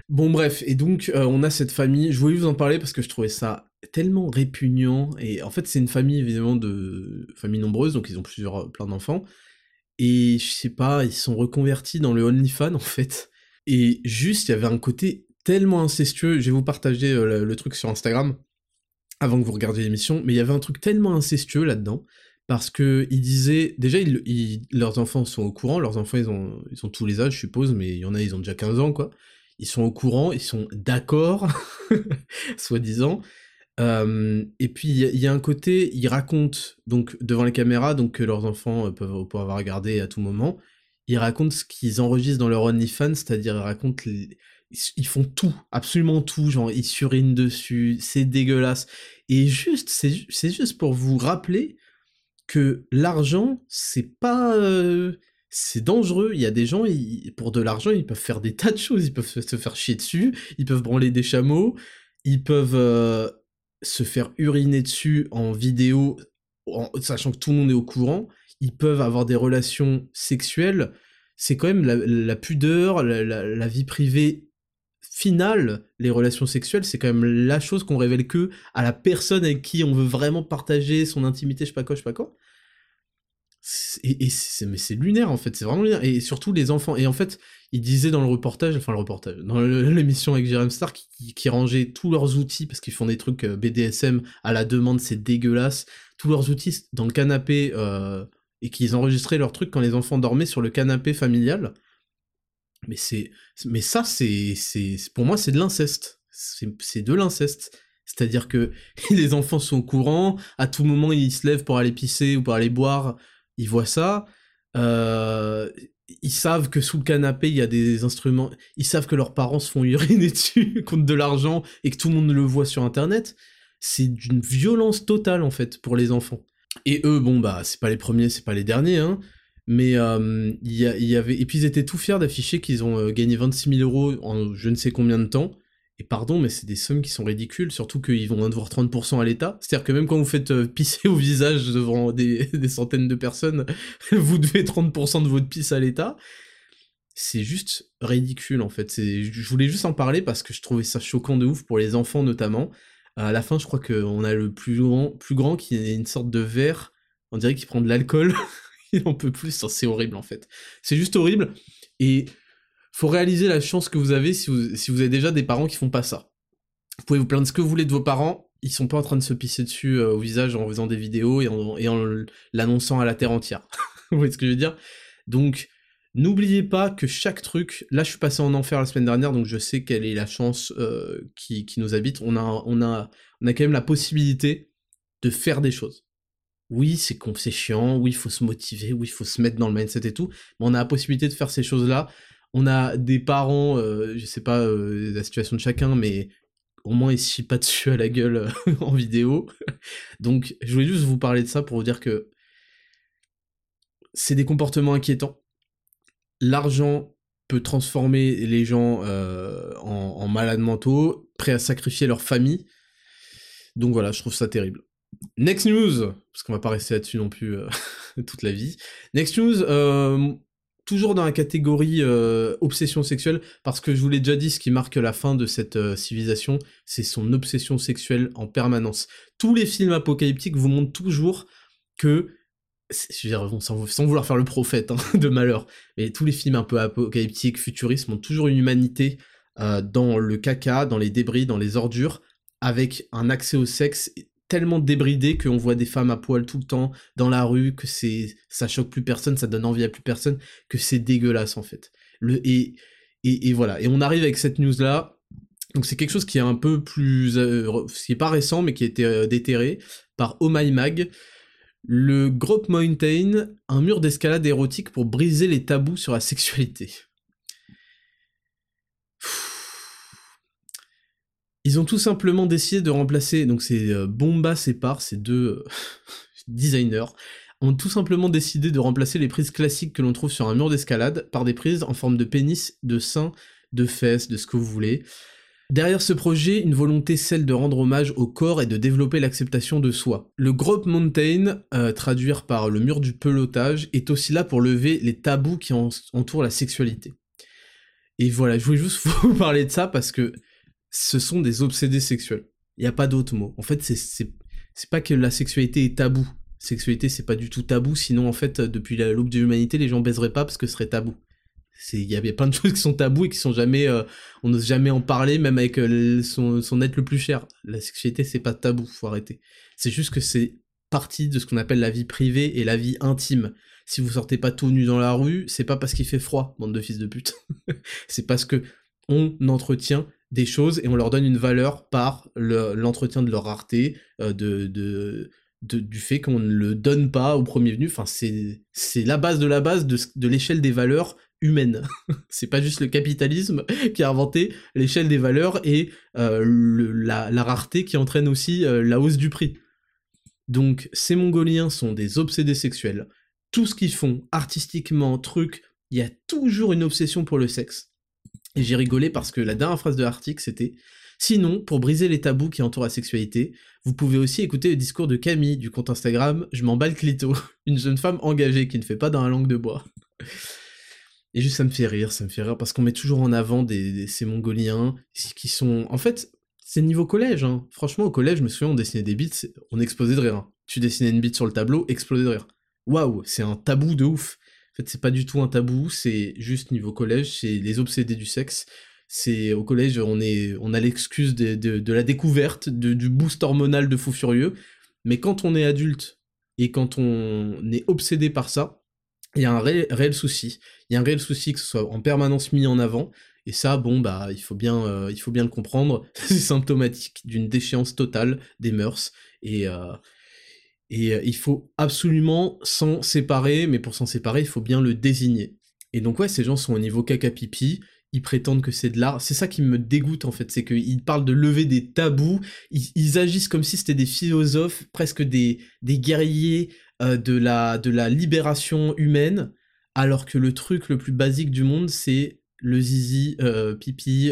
Bon bref, et donc on a cette famille, je voulais vous en parler parce que je trouvais ça tellement répugnant, et en fait c'est une famille évidemment de famille nombreuse, donc ils ont plein d'enfants, et je sais pas, ils sont reconvertis dans le OnlyFans en fait, et juste il y avait un côté tellement incestueux, je vais vous partager le truc sur Instagram, avant que vous regardiez l'émission, mais il y avait un truc tellement incestueux là-dedans, parce que ils disaient, déjà leurs enfants sont au courant, leurs enfants ils ont tous les âges je suppose, mais il y en a ils ont déjà 15 ans quoi, ils sont au courant, ils sont d'accord, soi-disant, et puis il y a un côté, ils racontent, donc devant les caméras, donc que leurs enfants peuvent avoir regardé à tout moment, ils racontent ce qu'ils enregistrent dans leur OnlyFans, c'est-à-dire ils racontent ils font tout, absolument tout, genre ils surinent dessus, c'est dégueulasse, et juste, c'est juste pour vous rappeler que l'argent, c'est pas... c'est dangereux, il y a des gens, pour de l'argent, ils peuvent faire des tas de choses, ils peuvent se faire chier dessus, ils peuvent branler des chameaux, ils peuvent se faire uriner dessus en vidéo, sachant que tout le monde est au courant, ils peuvent avoir des relations sexuelles, c'est quand même la pudeur, la vie privée finale, les relations sexuelles, c'est quand même la chose qu'on révèle que à la personne avec qui on veut vraiment partager son intimité, je sais pas quoi, je sais pas quoi. Mais c'est lunaire en fait, c'est vraiment lunaire. Et surtout les enfants. Et en fait, ils disaient dans le reportage, dans l'émission avec Jérém Star, qui rangeaient tous leurs outils, parce qu'ils font des trucs BDSM à la demande, c'est dégueulasse, tous leurs outils dans le canapé, et qu'ils enregistraient leurs trucs quand les enfants dormaient sur le canapé familial. Mais ça, pour moi, c'est de l'inceste. C'est de l'inceste. C'est-à-dire que les enfants sont au courant, à tout moment, ils se lèvent pour aller pisser ou pour aller boire, ils voient ça, euh, ils savent que sous le canapé, il y a des instruments, ils savent que leurs parents se font uriner dessus contre de l'argent et que tout le monde le voit sur Internet. C'est d'une violence totale, en fait, pour les enfants. Et eux, bon, bah, c'est pas les premiers, c'est pas les derniers, hein, mais il y avait... Et puis ils étaient tout fiers d'afficher qu'ils ont gagné 26 000 euros en je ne sais combien de temps. Et pardon, mais c'est des sommes qui sont ridicules, surtout qu'ils vont devoir 30% à l'État. C'est-à-dire que même quand vous faites pisser au visage devant des centaines de personnes, vous devez 30% de votre pisse à l'État. C'est juste ridicule, en fait. Je voulais juste en parler parce que je trouvais ça choquant de ouf, pour les enfants notamment. À la fin, je crois qu'on a le plus grand qui est une sorte de verre, on dirait qu'il prend de l'alcool, il en peut plus, c'est horrible en fait. C'est juste horrible, et faut réaliser la chance que vous avez si vous avez déjà des parents qui font pas ça. Vous pouvez vous plaindre ce que vous voulez de vos parents, ils sont pas en train de se pisser dessus au visage en faisant des vidéos et en l'annonçant à la terre entière. Vous voyez ce que je veux dire? Donc, n'oubliez pas que chaque truc... Là, je suis passé en enfer la semaine dernière, donc je sais quelle est la chance qui nous habite. On a quand même la possibilité de faire des choses. Oui, c'est chiant, oui, il faut se motiver, oui, il faut se mettre dans le mindset et tout, mais on a la possibilité de faire ces choses-là. On a des parents, je sais pas la situation de chacun, mais au moins ils se chient pas dessus à la gueule en vidéo. Donc, je voulais juste vous parler de ça pour vous dire que c'est des comportements inquiétants. L'argent peut transformer les gens en malades mentaux, prêts à sacrifier leur famille. Donc voilà, je trouve ça terrible. Next news, parce qu'on va pas rester là-dessus non plus toute la vie. Next news, toujours dans la catégorie obsession sexuelle, parce que je vous l'ai déjà dit, ce qui marque la fin de cette civilisation, c'est son obsession sexuelle en permanence. Tous les films apocalyptiques vous montrent toujours que, je veux dire, bon, sans vouloir faire le prophète hein, de malheur, mais tous les films un peu apocalyptiques, futuristes, montrent toujours une humanité dans le caca, dans les débris, dans les ordures, avec un accès au sexe tellement débridé qu'on voit des femmes à poil tout le temps dans la rue, que ça choque plus personne, ça donne envie à plus personne, que c'est dégueulasse en fait. Et voilà, et on arrive avec cette news là, donc c'est quelque chose qui est un peu plus, qui est pas récent mais qui a été déterré par Oh My Mag, le Grop Mountain, un mur d'escalade érotique pour briser les tabous sur la sexualité. Ils ont tout simplement décidé de remplacer, donc c'est Bomba Separ, ces deux designers, ont tout simplement décidé de remplacer les prises classiques que l'on trouve sur un mur d'escalade par des prises en forme de pénis, de seins, de fesses, de ce que vous voulez. Derrière ce projet, une volonté, celle de rendre hommage au corps et de développer l'acceptation de soi. Le Grop Mountain, traduire par le mur du pelotage, est aussi là pour lever les tabous qui entourent la sexualité. Et voilà, je voulais juste vous parler de ça parce que ce sont des obsédés sexuels. Il n'y a pas d'autre mot. En fait, c'est pas que la sexualité est tabou. Sexualité, c'est pas du tout tabou, sinon en fait, depuis l'aube de l'humanité, les gens baiseraient pas parce que ce serait tabou. Il y avait plein de choses qui sont tabous et qui sont jamais, on n'ose jamais en parler, même avec son être le plus cher. La sexualité, c'est pas tabou, faut arrêter. C'est juste que c'est partie de ce qu'on appelle la vie privée et la vie intime. Si vous sortez pas tout nu dans la rue, c'est pas parce qu'il fait froid, bande de fils de pute. C'est parce que on entretient des choses et on leur donne une valeur par l'entretien de leur rareté, du fait qu'on ne le donne pas au premier venu. Enfin, c'est la base de l'échelle des valeurs humaines. C'est pas juste le capitalisme qui a inventé l'échelle des valeurs et la rareté qui entraîne aussi la hausse du prix. Donc, ces Mongoliens sont des obsédés sexuels. Tout ce qu'ils font, artistiquement, il y a toujours une obsession pour le sexe. Et j'ai rigolé parce que la dernière phrase de l'article, c'était « Sinon, pour briser les tabous qui entourent la sexualité, vous pouvez aussi écouter le discours de Camille du compte Instagram Je m'en bats le clito, une jeune femme engagée qui ne fait pas dans la langue de bois. » Et juste ça me fait rire parce qu'on met toujours en avant ces Mongoliens qui sont... En fait, c'est niveau collège, hein. Franchement, au collège, je me souviens, on dessinait des bits, on explosait de rire. Hein. Tu dessinais une bite sur le tableau, explosait de rire. Waouh, c'est un tabou de ouf. En fait, c'est pas du tout un tabou, c'est juste niveau collège, c'est les obsédés du sexe. C'est au collège, on a l'excuse de la découverte, du boost hormonal de fou furieux. Mais quand on est adulte et quand on est obsédé par ça, il y a un réel souci. Il y a un réel souci que ce soit en permanence mis en avant. Et ça, bon, bah, il faut bien le comprendre. C'est symptomatique d'une déchéance totale des mœurs. Et il faut absolument s'en séparer, mais pour s'en séparer, il faut bien le désigner. Et donc ouais, ces gens sont au niveau caca-pipi, ils prétendent que c'est de l'art, c'est ça qui me dégoûte en fait, c'est qu'ils parlent de lever des tabous, ils agissent comme si c'était des philosophes, presque des guerriers de la libération humaine, alors que le truc le plus basique du monde, c'est le zizi, pipi,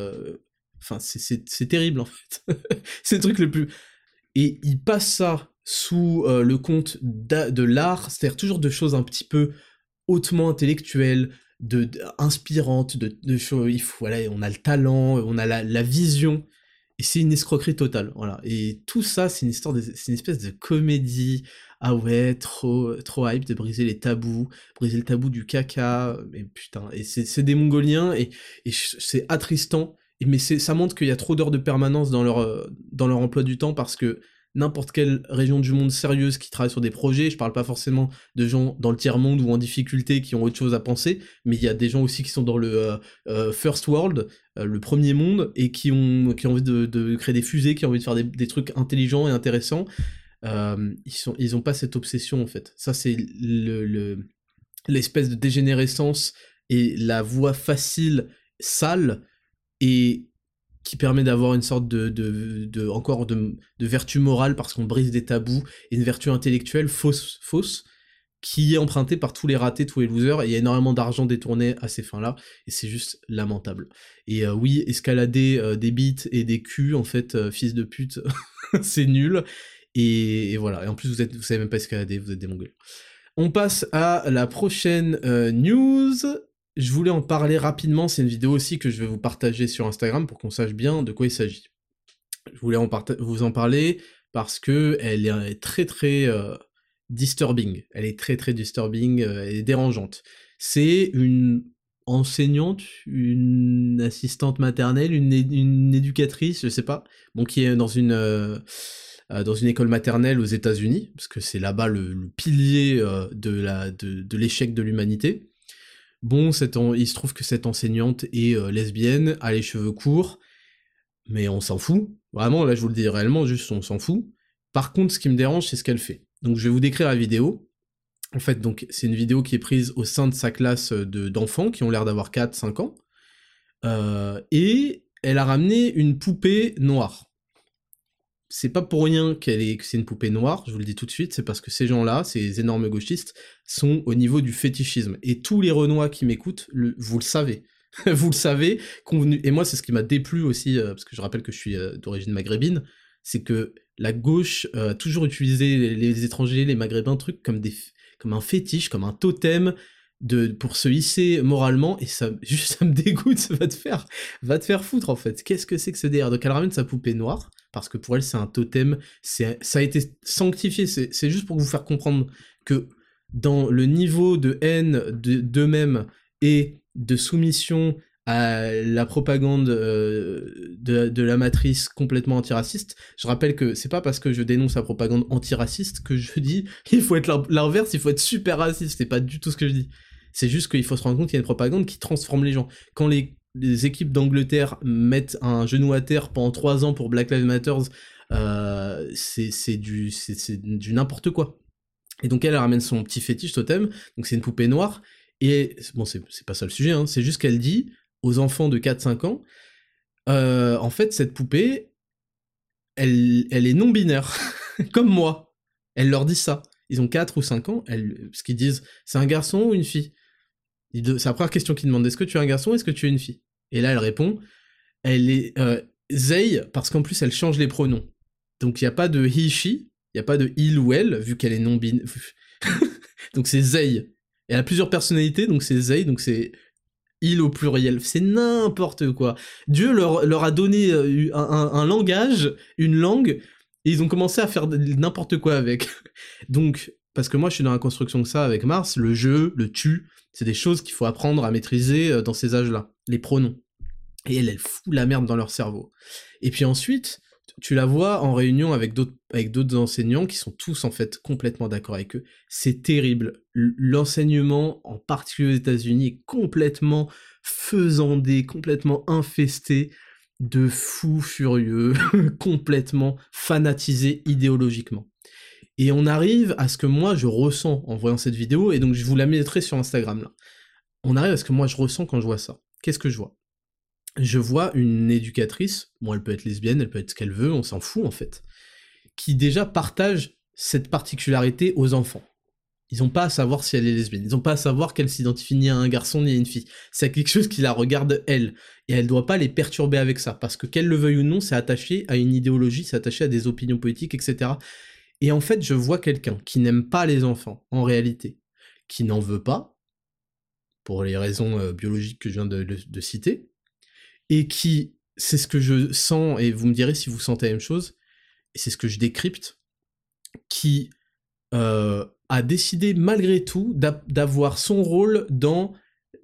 enfin c'est terrible en fait. C'est le truc le plus... Et ils passent ça sous le compte de l'art, c'est-à-dire toujours de choses un petit peu hautement intellectuelles, inspirantes, de choses, voilà, on a le talent, on a la vision, et c'est une escroquerie totale, voilà. Et tout ça, c'est une espèce de comédie, ah ouais, trop hype de briser les tabous, briser le tabou du caca, mais putain, et c'est des Mongoliens, et c'est attristant, mais ça montre qu'il y a trop d'heures de permanence dans leur emploi du temps, parce que n'importe quelle région du monde sérieuse qui travaille sur des projets, je parle pas forcément de gens dans le tiers-monde ou en difficulté qui ont autre chose à penser, mais il y a des gens aussi qui sont dans le first world, le premier monde, et qui ont envie de créer des fusées, qui ont envie de faire des trucs intelligents et intéressants. Ils ont pas cette obsession en fait. Ça c'est l'espèce de dégénérescence et la voie facile, sale, et qui permet d'avoir une sorte de vertu morale parce qu'on brise des tabous, et une vertu intellectuelle fausse, qui est empruntée par tous les ratés, tous les losers, et il y a énormément d'argent détourné à ces fins-là, et c'est juste lamentable. Et oui, escalader des bites et des culs, en fait, fils de pute, c'est nul, et voilà, et en plus vous savez même pas escalader, vous êtes des mongols. On passe à la prochaine news. Je voulais en parler rapidement, c'est une vidéo aussi que je vais vous partager sur Instagram pour qu'on sache bien de quoi il s'agit. Je voulais vous en parler parce que elle est très très disturbing. Elle est très très disturbing, elle est dérangeante. C'est une enseignante, une assistante maternelle, une éducatrice, je sais pas, bon, qui est dans une école maternelle aux États-Unis, parce que c'est là-bas le pilier de l'échec de l'humanité. Bon, il se trouve que cette enseignante est lesbienne, a les cheveux courts, mais on s'en fout. Vraiment, là je vous le dis réellement, juste on s'en fout. Par contre, ce qui me dérange, c'est ce qu'elle fait. Donc je vais vous décrire la vidéo. En fait, donc c'est une vidéo qui est prise au sein de sa classe d'enfants qui ont l'air d'avoir 4-5 ans. Et elle a ramené une poupée noire. C'est pas pour rien que c'est une poupée noire, je vous le dis tout de suite, c'est parce que ces gens-là, ces énormes gauchistes, sont au niveau du fétichisme. Et tous les Renois qui m'écoutent, vous le savez. Vous le savez, convenu. Et moi, c'est ce qui m'a déplu aussi, parce que je rappelle que je suis d'origine maghrébine, c'est que la gauche a toujours utilisé les étrangers, les maghrébins, trucs comme un fétiche, comme un totem, pour se hisser moralement, et ça, juste, ça me dégoûte, va te faire foutre, en fait. Qu'est-ce que c'est que ce délire? Donc elle ramène sa poupée noire, parce que pour elle, c'est un totem, ça a été sanctifié, c'est juste pour vous faire comprendre que dans le niveau de haine d'eux-mêmes et de soumission à la propagande de la matrice complètement antiraciste. Je rappelle que c'est pas parce que je dénonce la propagande antiraciste que je dis il faut être l'inverse, il faut être super raciste, c'est pas du tout ce que je dis. C'est juste qu'il faut se rendre compte qu'il y a une propagande qui transforme les gens. Quand les équipes d'Angleterre mettent un genou à terre pendant 3 ans pour Black Lives Matter, c'est du n'importe quoi. Et donc elle ramène son petit fétiche totem, donc c'est une poupée noire, et bon c'est pas ça le sujet, hein, c'est juste qu'elle dit aux enfants de 4-5 ans, en fait cette poupée, elle est non-binaire, comme moi. Elle leur dit ça. Ils ont 4 ou 5 ans, ce qu'ils disent, c'est un garçon ou une fille? C'est la première question qu'ils demandent, est-ce que tu es un garçon ou est-ce que tu es une fille? Et là elle répond, elle est they, parce qu'en plus elle change les pronoms. Donc il n'y a pas de he, she, il n'y a pas de il ou elle, vu qu'elle est non-binaire. Donc c'est they. Elle a plusieurs personnalités, donc c'est they, donc c'est il au pluriel. C'est n'importe quoi. Dieu leur a donné un langage, une langue, et ils ont commencé à faire n'importe quoi avec. Donc, parce que moi je suis dans la construction de ça avec Mars, le je, le tu, c'est des choses qu'il faut apprendre à maîtriser dans ces âges-là. Les pronoms. Et elle fout la merde dans leur cerveau. Et puis ensuite, tu la vois en réunion avec d'autres enseignants qui sont tous en fait complètement d'accord avec eux. C'est terrible. L'enseignement, en particulier aux États-Unis, est complètement faisandé, complètement infesté de fous furieux, complètement fanatisés idéologiquement. Et on arrive à ce que moi je ressens en voyant cette vidéo, et donc je vous la mettrai sur Instagram là. On arrive à ce que moi je ressens quand je vois ça. Qu'est-ce que je vois? Je vois une éducatrice, bon elle peut être lesbienne, elle peut être ce qu'elle veut, on s'en fout en fait, qui déjà partage cette particularité aux enfants. Ils ont pas à savoir si elle est lesbienne, ils ont pas à savoir qu'elle s'identifie ni à un garçon ni à une fille. C'est quelque chose qui la regarde elle, et elle doit pas les perturber avec ça, parce que qu'elle le veuille ou non, c'est attaché à une idéologie, c'est attaché à des opinions politiques, etc. Et en fait, je vois quelqu'un qui n'aime pas les enfants, en réalité, qui n'en veut pas, pour les raisons biologiques que je viens de citer, et qui, c'est ce que je sens, et vous me direz si vous sentez la même chose, et c'est ce que je décrypte, qui a décidé malgré tout d'avoir son rôle dans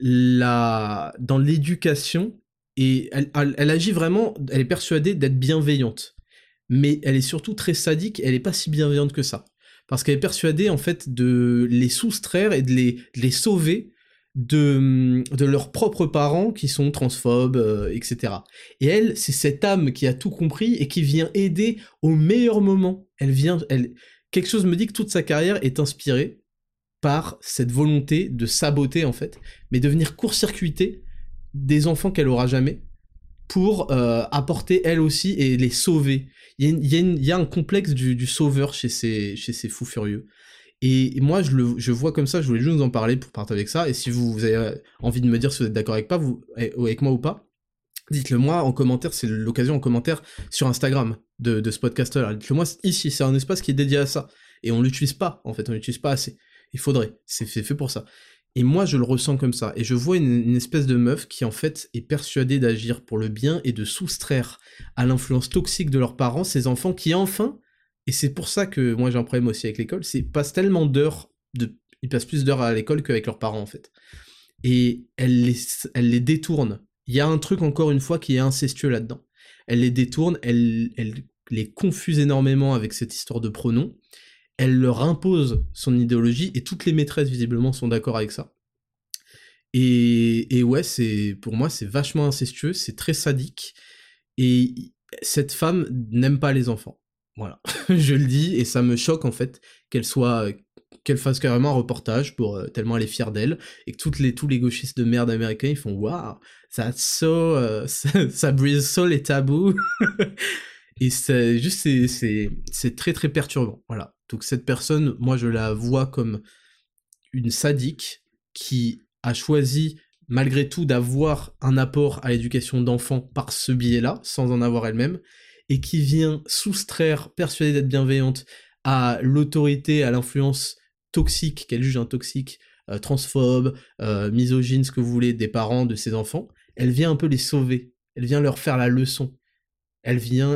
l'éducation, et elle agit vraiment, elle est persuadée d'être bienveillante, mais elle est surtout très sadique, elle est pas si bienveillante que ça, parce qu'elle est persuadée en fait de les soustraire et de les sauver de leurs propres parents qui sont transphobes, etc. Et elle, c'est cette âme qui a tout compris et qui vient aider au meilleur moment. Quelque chose me dit que toute sa carrière est inspirée par cette volonté de saboter en fait, mais de venir court-circuiter des enfants qu'elle aura jamais pour apporter elle aussi et les sauver. Il y a un complexe du sauveur chez ces fous furieux. Et moi, je vois comme ça, je voulais juste vous en parler pour partir avec ça, et si vous avez envie de me dire si vous êtes d'accord avec moi ou pas, dites-le moi en commentaire, c'est l'occasion en commentaire sur Instagram de ce podcast-là. Dites-le moi ici, c'est un espace qui est dédié à ça. Et on l'utilise pas, en fait, on l'utilise pas assez. Il faudrait, c'est fait pour ça. Et moi, je le ressens comme ça, et je vois une espèce de meuf qui, en fait, est persuadée d'agir pour le bien et de soustraire à l'influence toxique de leurs parents ces enfants qui, enfin, et c'est pour ça que moi j'ai un problème aussi avec l'école, ils passent tellement d'heures, ils passent plus d'heures à l'école qu'avec leurs parents en fait. Et elle les détourne. Il y a un truc encore une fois qui est incestueux là-dedans. Elle les détourne, elle les confuse énormément avec cette histoire de pronoms, elle leur impose son idéologie, et toutes les maîtresses visiblement sont d'accord avec ça. Et ouais, pour moi c'est vachement incestueux, c'est très sadique, et cette femme n'aime pas les enfants. Voilà, je le dis, et ça me choque en fait qu'elle fasse carrément un reportage pour tellement elle est fière d'elle, et que tous les gauchistes de merde américains ils font waouh, ça brise so les tabous, et c'est très très perturbant. Voilà, donc cette personne, moi je la vois comme une sadique qui a choisi malgré tout d'avoir un apport à l'éducation d'enfants par ce biais-là, sans en avoir elle-même, et qui vient soustraire, persuadée d'être bienveillante, à l'autorité, à l'influence toxique, qu'elle juge un toxique, transphobes, misogynes, ce que vous voulez, des parents de ses enfants, elle vient un peu les sauver, elle vient leur faire la leçon, elle vient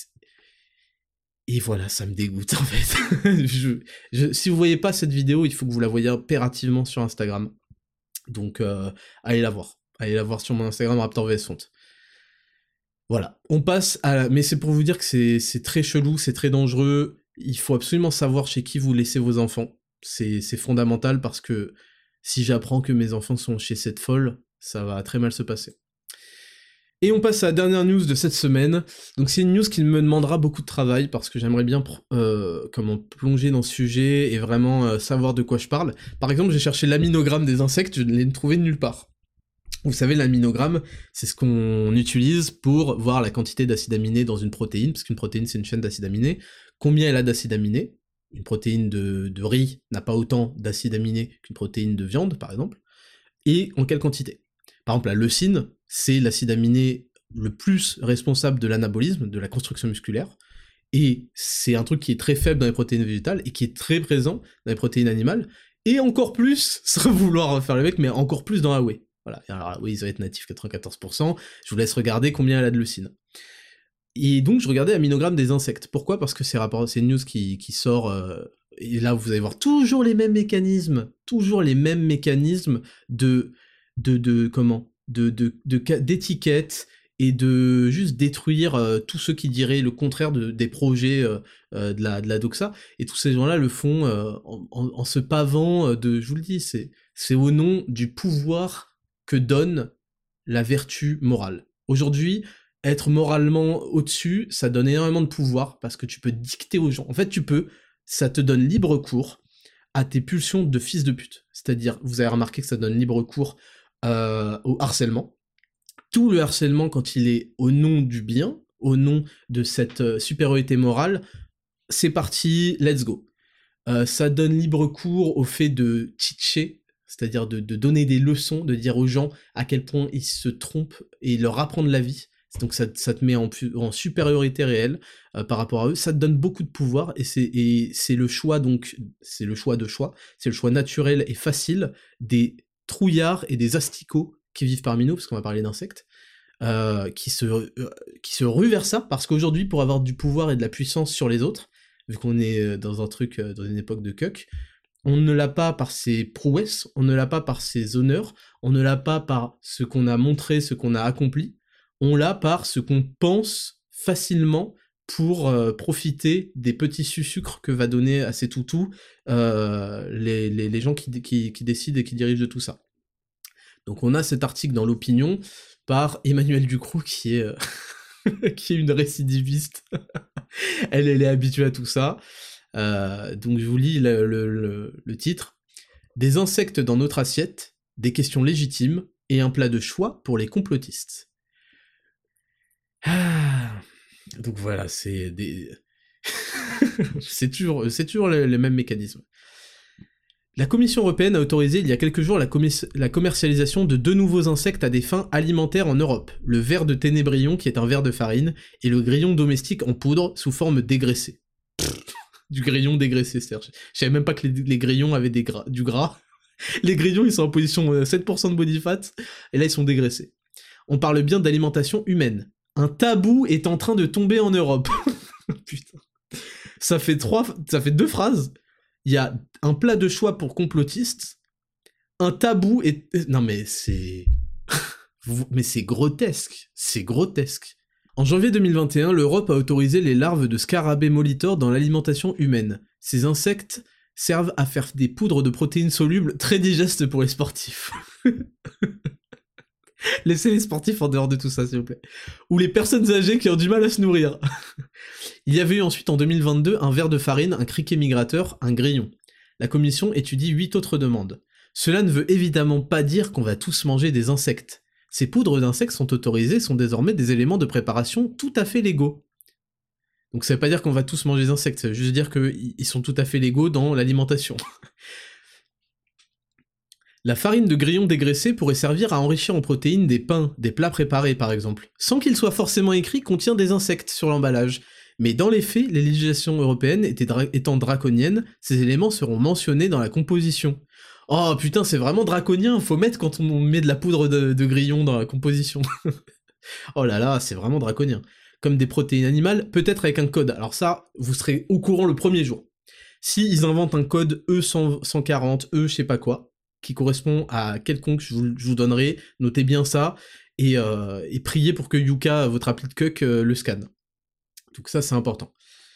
et voilà, ça me dégoûte en fait. Si vous voyez pas cette vidéo, il faut que vous la voyez impérativement sur Instagram. Donc allez la voir sur mon Instagram, Raptor vs Font. Voilà, on passe à... Mais c'est pour vous dire que c'est très chelou, c'est très dangereux, il faut absolument savoir chez qui vous laissez vos enfants, c'est fondamental parce que si j'apprends que mes enfants sont chez cette folle, ça va très mal se passer. Et on passe à la dernière news de cette semaine, donc c'est une news qui me demandera beaucoup de travail parce que j'aimerais bien plonger dans ce sujet et vraiment savoir de quoi je parle. Par exemple, j'ai cherché l'aminogramme des insectes, je ne l'ai trouvé nulle part. Vous savez, l'aminogramme, c'est ce qu'on utilise pour voir la quantité d'acides aminés dans une protéine, parce qu'une protéine, c'est une chaîne d'acides aminés. Combien elle a d'acides aminés? Une protéine de riz n'a pas autant d'acides aminés qu'une protéine de viande, par exemple. Et en quelle quantité? Par exemple, la leucine, c'est l'acide aminé le plus responsable de l'anabolisme, de la construction musculaire, et c'est un truc qui est très faible dans les protéines végétales, et qui est très présent dans les protéines animales, et encore plus, sans vouloir faire le mec, mais encore plus dans la whey. Voilà, alors oui, ils doivent être natifs 94%, je vous laisse regarder combien elle a de leucine. Et donc je regardais l'aminogramme des insectes. Pourquoi? Parce que c'est une news qui sort, et là vous allez voir toujours les mêmes mécanismes d'étiquettes, et de juste détruire tous ceux qui diraient le contraire des projets de la doxa, et tous ces gens-là le font en se pavant je vous le dis, c'est au nom du pouvoir que donne la vertu morale. Aujourd'hui, être moralement au-dessus, ça donne énormément de pouvoir, parce que tu peux dicter aux gens. En fait, ça te donne libre cours à tes pulsions de fils de pute. C'est-à-dire, vous avez remarqué que ça donne libre cours au harcèlement. Tout le harcèlement, quand il est au nom du bien, au nom de cette supériorité morale, c'est parti, let's go. Ça donne libre cours au fait de teacher, c'est-à-dire de donner des leçons, de dire aux gens à quel point ils se trompent et leur apprendre la vie. Donc ça te met en supériorité réelle par rapport à eux, ça te donne beaucoup de pouvoir, et c'est le choix, donc c'est le choix naturel et facile des trouillards et des asticots qui vivent parmi nous, parce qu'on va parler d'insectes, qui se ruent vers ça, parce qu'aujourd'hui, pour avoir du pouvoir et de la puissance sur les autres, vu qu'on est dans dans une époque de cuck, on ne l'a pas par ses prouesses, on ne l'a pas par ses honneurs, on ne l'a pas par ce qu'on a montré, ce qu'on a accompli, on l'a par ce qu'on pense facilement pour profiter des petits sucres que va donner à ces toutous les gens qui décident et qui dirigent de tout ça. Donc on a cet article dans l'Opinion par Emmanuelle Ducrot qui est qui est une récidiviste. elle est habituée à tout ça. Donc je vous lis le titre. Des insectes dans notre assiette, des questions légitimes et un plat de choix pour les complotistes. Donc voilà, c'est toujours les mêmes mécanismes. La Commission européenne a autorisé il y a quelques jours la commercialisation de 2 nouveaux insectes à des fins alimentaires en Europe, le ver de ténébrion qui est un ver de farine, et le grillon domestique en poudre sous forme dégraissée. Du grillon dégraissé, c'est-à-dire, je savais même pas que les grillons avaient du gras. Les grillons, ils sont en position 7% de body fat, et là ils sont dégraissés. On parle bien d'alimentation humaine. Un tabou est en train de tomber en Europe. Putain. Ça fait 2 phrases. Il y a un plat de choix pour complotistes, un tabou est... Non mais c'est... mais c'est grotesque. En janvier 2021, l'Europe a autorisé les larves de scarabée molitor dans l'alimentation humaine. Ces insectes servent à faire des poudres de protéines solubles très digestes pour les sportifs. Laissez les sportifs en dehors de tout ça, s'il vous plaît. Ou les personnes âgées qui ont du mal à se nourrir. Il y avait eu ensuite en 2022 un ver de farine, un criquet migrateur, un grillon. La commission étudie 8 autres demandes. Cela ne veut évidemment pas dire qu'on va tous manger des insectes. Ces poudres d'insectes sont autorisées, sont désormais des éléments de préparation tout à fait légaux. Donc ça veut pas dire qu'on va tous manger des insectes, ça veut juste dire qu'ils sont tout à fait légaux dans l'alimentation. La farine de grillon dégraissé pourrait servir à enrichir en protéines des pains, des plats préparés par exemple, sans qu'il soit forcément écrit contient des insectes sur l'emballage. Mais dans les faits, les législations européennes étant draconiennes, ces éléments seront mentionnés dans la composition. Oh putain, c'est vraiment draconien, faut mettre quand on met de la poudre de grillon dans la composition. Oh là là, c'est vraiment draconien. Comme des protéines animales, peut-être avec un code. Alors ça, vous serez au courant le premier jour. Si ils inventent un code E140, E je sais pas quoi, qui correspond à quelconque, je vous donnerai, notez bien ça, et priez pour que Yuka, votre appli de cuck, le scanne. Donc ça, c'est important.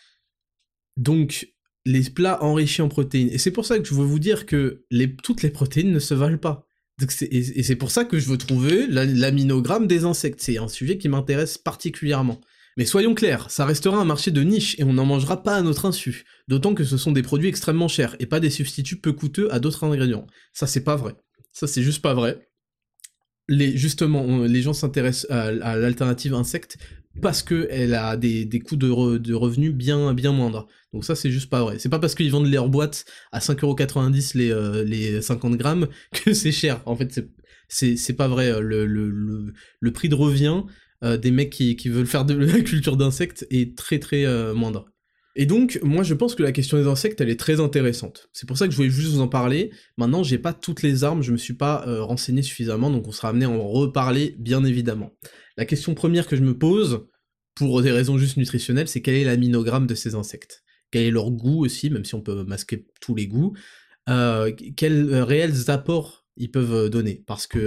Donc, les plats enrichis en protéines. Et c'est pour ça que je veux vous dire que toutes les protéines ne se valent pas. Et c'est pour ça que je veux trouver l'aminogramme des insectes. C'est un sujet qui m'intéresse particulièrement. Mais soyons clairs, ça restera un marché de niche et on n'en mangera pas à notre insu. D'autant que ce sont des produits extrêmement chers et pas des substituts peu coûteux à d'autres ingrédients. Ça, c'est pas vrai. Ça, c'est juste pas vrai. Justement, les gens s'intéressent à l'alternative insecte parce qu'elle a des coûts de revenus bien moindres. Donc ça, c'est juste pas vrai. C'est pas parce qu'ils vendent leur boîte à 5,90€ les 50 grammes que c'est cher. En fait, c'est pas vrai. Le prix de revient des mecs qui veulent faire de la culture d'insectes est très moindre. Et donc, moi je pense que la question des insectes, elle est très intéressante. C'est pour ça que je voulais juste vous en parler. Maintenant, j'ai pas toutes les armes, je me suis pas renseigné suffisamment, donc on sera amené à en reparler, bien évidemment. La question première que je me pose, pour des raisons juste nutritionnelles, c'est quel est l'aminogramme de ces insectes? Quel est leur goût aussi, même si on peut masquer tous les goûts? Quels réels apports ils peuvent donner? Parce que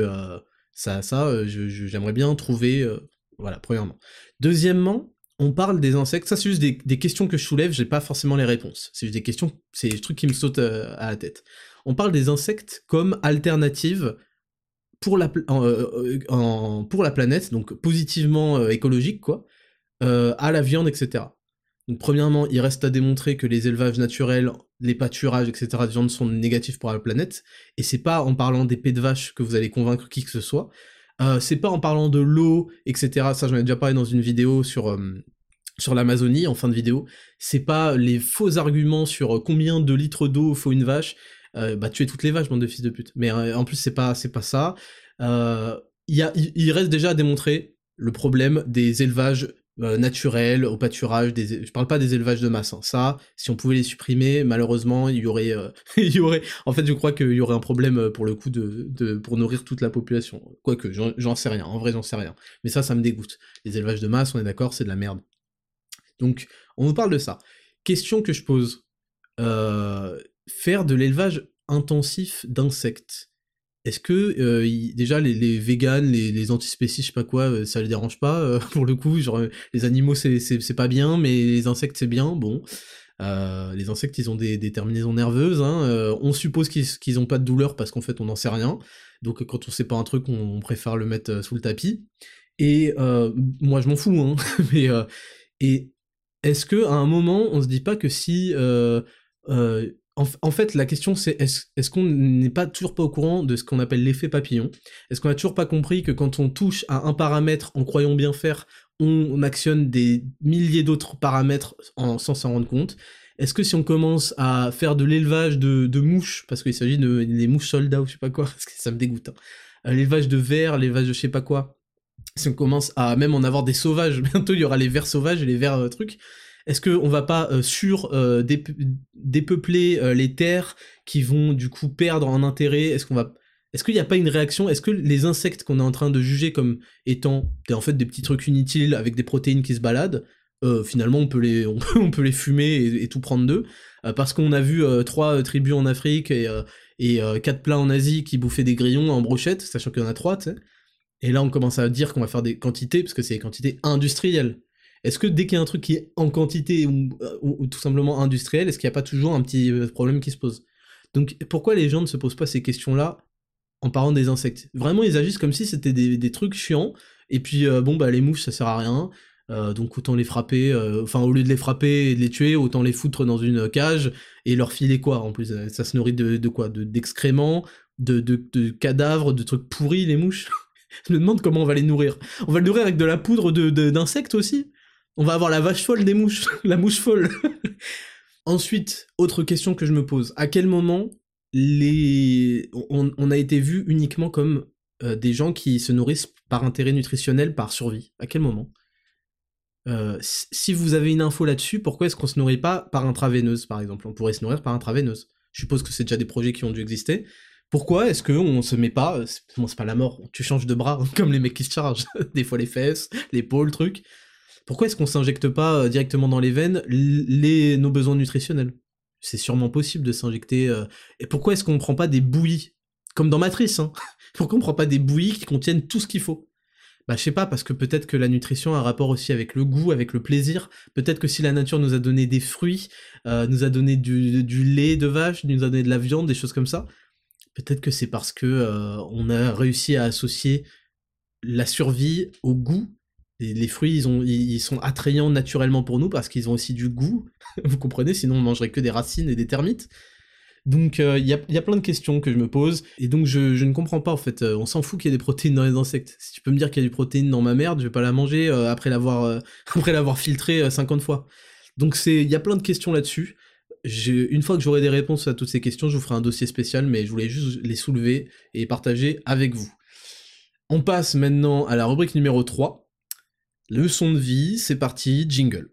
j'aimerais bien trouver... voilà, premièrement. Deuxièmement, on parle des insectes, ça c'est juste des questions que je soulève, j'ai pas forcément les réponses. C'est juste des questions, c'est des trucs qui me sautent à la tête. On parle des insectes comme alternative pour pour la planète, donc positivement écologique, quoi, à la viande, etc. Donc premièrement, il reste à démontrer que les élevages naturels, les pâturages, etc. de viande sont négatifs pour la planète, et c'est pas en parlant d'épées de vache que vous allez convaincre qui que ce soit, c'est pas en parlant de l'eau, etc. Ça, j'en ai déjà parlé dans une vidéo sur l'Amazonie, en fin de vidéo. C'est pas les faux arguments sur combien de litres d'eau faut une vache. Bah, tuer toutes les vaches, bande de fils de pute. Mais en plus, c'est pas ça. Il reste déjà à démontrer le problème des élevages naturels, au pâturage, je parle pas des élevages de masse, hein. Ça, si on pouvait les supprimer, malheureusement, il y aurait, en fait, je crois qu'il y aurait un problème pour le coup pour nourrir toute la population. Quoique, j'en sais rien, en vrai, j'en sais rien. Mais ça me dégoûte. Les élevages de masse, on est d'accord, c'est de la merde. Donc, on nous parle de ça. Question que je pose. Faire de l'élevage intensif d'insectes. Est-ce que déjà les véganes, les antispécies, je sais pas quoi, ça les dérange pas pour le coup, genre les animaux c'est pas bien, mais les insectes c'est bien, bon. Les insectes ils ont des terminaisons nerveuses, hein, on suppose qu'ils ont pas de douleur parce qu'en fait on n'en sait rien, donc quand on sait pas un truc on préfère le mettre sous le tapis. Et moi je m'en fous, hein, mais et est-ce que à un moment on se dit pas que si en fait, la question c'est est-ce qu'on n'est pas toujours pas au courant de ce qu'on appelle l'effet papillon? Est-ce qu'on a toujours pas compris que quand on touche à un paramètre en croyant bien faire, on actionne des milliers d'autres paramètres sans s'en rendre compte? Est-ce que si on commence à faire de l'élevage de mouches, parce qu'il s'agit des mouches soldats ou je sais pas quoi, parce que ça me dégoûte, hein, l'élevage de vers, l'élevage de je sais pas quoi, si on commence à même en avoir des sauvages, bientôt il y aura les vers sauvages et les vers trucs, est-ce qu'on va pas dépeupler les terres qui vont du coup perdre en intérêt? Est-ce qu'il n'y a pas une réaction? Est-ce que les insectes qu'on est en train de juger comme étant en fait des petits trucs inutiles avec des protéines qui se baladent, finalement on peut les fumer et tout prendre d'eux, parce qu'on a vu 3 tribus en Afrique et 4 plats en Asie qui bouffaient des grillons en brochette, sachant qu'il y en a 3, tu sais. Et là, on commence à dire qu'on va faire des quantités, parce que c'est des quantités industrielles. Est-ce que dès qu'il y a un truc qui est en quantité ou tout simplement industriel, est-ce qu'il n'y a pas toujours un petit problème qui se pose? Donc pourquoi les gens ne se posent pas ces questions-là en parlant des insectes? Vraiment, ils agissent comme si c'était des trucs chiants, et puis bon, bah les mouches, ça sert à rien, donc autant les frapper, enfin au lieu de les frapper et de les tuer, autant les foutre dans une cage et leur filer quoi en plus? Ça se nourrit de quoi? D'excréments, de cadavres, de trucs pourris, les mouches? Je me demande comment on va les nourrir. On va le nourrir avec de la poudre d'insectes aussi? On va avoir la vache folle des mouches, la mouche folle. Ensuite, autre question que je me pose. À quel moment on a été vu uniquement comme des gens qui se nourrissent par intérêt nutritionnel, par survie? À quel moment? Si vous avez une info là-dessus, pourquoi est-ce qu'on se nourrit pas par intraveineuse, par exemple? On pourrait se nourrir par intraveineuse. Je suppose que c'est déjà des projets qui ont dû exister, Pourquoi est-ce qu'on se met pas, bon, c'est pas la mort, tu changes de bras, comme les mecs qui se chargent, des fois les fesses, l'épaule, truc. Pourquoi est-ce qu'on s'injecte pas directement dans les veines nos besoins nutritionnels? C'est sûrement possible de s'injecter. Et pourquoi est-ce qu'on prend pas des bouillies? Comme dans Matrice, hein. Pourquoi on prend pas des bouillies qui contiennent tout ce qu'il faut? Bah je sais pas, parce que peut-être que la nutrition a un rapport aussi avec le goût, avec le plaisir. Peut-être que si la nature nous a donné des fruits, nous a donné du lait de vache, nous a donné de la viande, des choses comme ça, peut-être que c'est parce que on a réussi à associer la survie au goût. Et les fruits, ils sont attrayants naturellement pour nous parce qu'ils ont aussi du goût. Vous comprenez? Sinon, on mangerait que des racines et des termites. Donc, il y a plein de questions que je me pose. Et donc, je ne comprends pas, en fait. On s'en fout qu'il y ait des protéines dans les insectes. Si tu peux me dire qu'il y a du protéine dans ma merde, je vais pas la manger après l'avoir filtré 50 fois. Donc, il y a plein de questions là-dessus. Une fois que j'aurai des réponses à toutes ces questions, je vous ferai un dossier spécial, mais je voulais juste les soulever et partager avec vous. On passe maintenant à la rubrique numéro 3. Leçon de vie, c'est parti, jingle.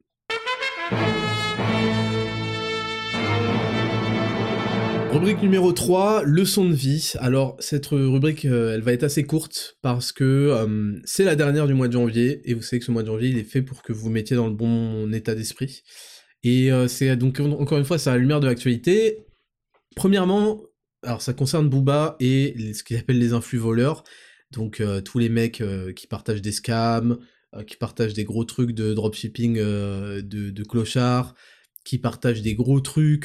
Rubrique numéro 3, leçon de vie. Alors, cette rubrique, elle va être assez courte, parce que c'est la dernière du mois de janvier, et vous savez que ce mois de janvier, il est fait pour que vous vous mettiez dans le bon état d'esprit. Et c'est donc, encore une fois, c'est à la lumière de l'actualité. Premièrement, alors ça concerne Booba et ce qu'il appelle les influx voleurs, donc tous les mecs qui partagent des scams, qui partagent des gros trucs de dropshipping de clochards, qui partagent des gros trucs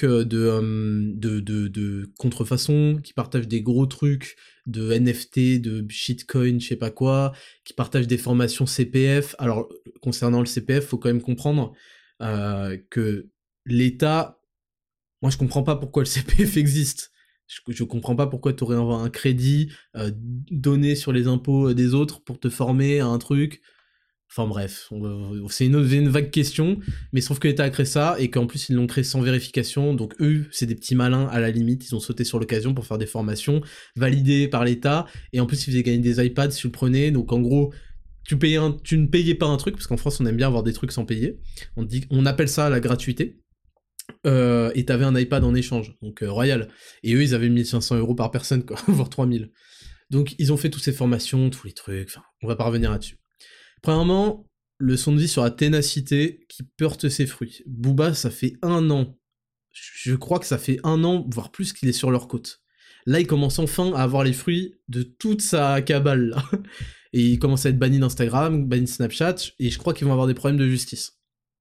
de contrefaçon, qui partagent des gros trucs de NFT, de shitcoin, je sais pas quoi, qui partagent des formations CPF. Alors, concernant le CPF, faut quand même comprendre que l'État, moi je comprends pas pourquoi le CPF existe. Je comprends pas pourquoi t'aurais un crédit donné sur les impôts des autres pour te former à un truc. Enfin bref, c'est une vague question, mais sauf que l'État a créé ça, et qu'en plus ils l'ont créé sans vérification, donc eux, c'est des petits malins à la limite, ils ont sauté sur l'occasion pour faire des formations validées par l'État, et en plus ils faisaient gagner des iPads si tu le prenais, donc en gros, tu ne payais pas un truc, parce qu'en France on aime bien avoir des trucs sans payer, on appelle ça la gratuité, et t'avais un iPad en échange, donc royal. Et eux, ils avaient 1 500 € par personne, quoi, voire 3 000. Donc ils ont fait toutes ces formations, tous les trucs, enfin, on va pas revenir là-dessus. Premièrement, leçon de vie sur la ténacité qui porte ses fruits. Booba, ça fait 1 an, je crois que ça fait 1 an, voire plus, qu'il est sur leur côte. Là, il commence enfin à avoir les fruits de toute sa cabale, là. Et il commence à être banni d'Instagram, banni de Snapchat, et je crois qu'ils vont avoir des problèmes de justice.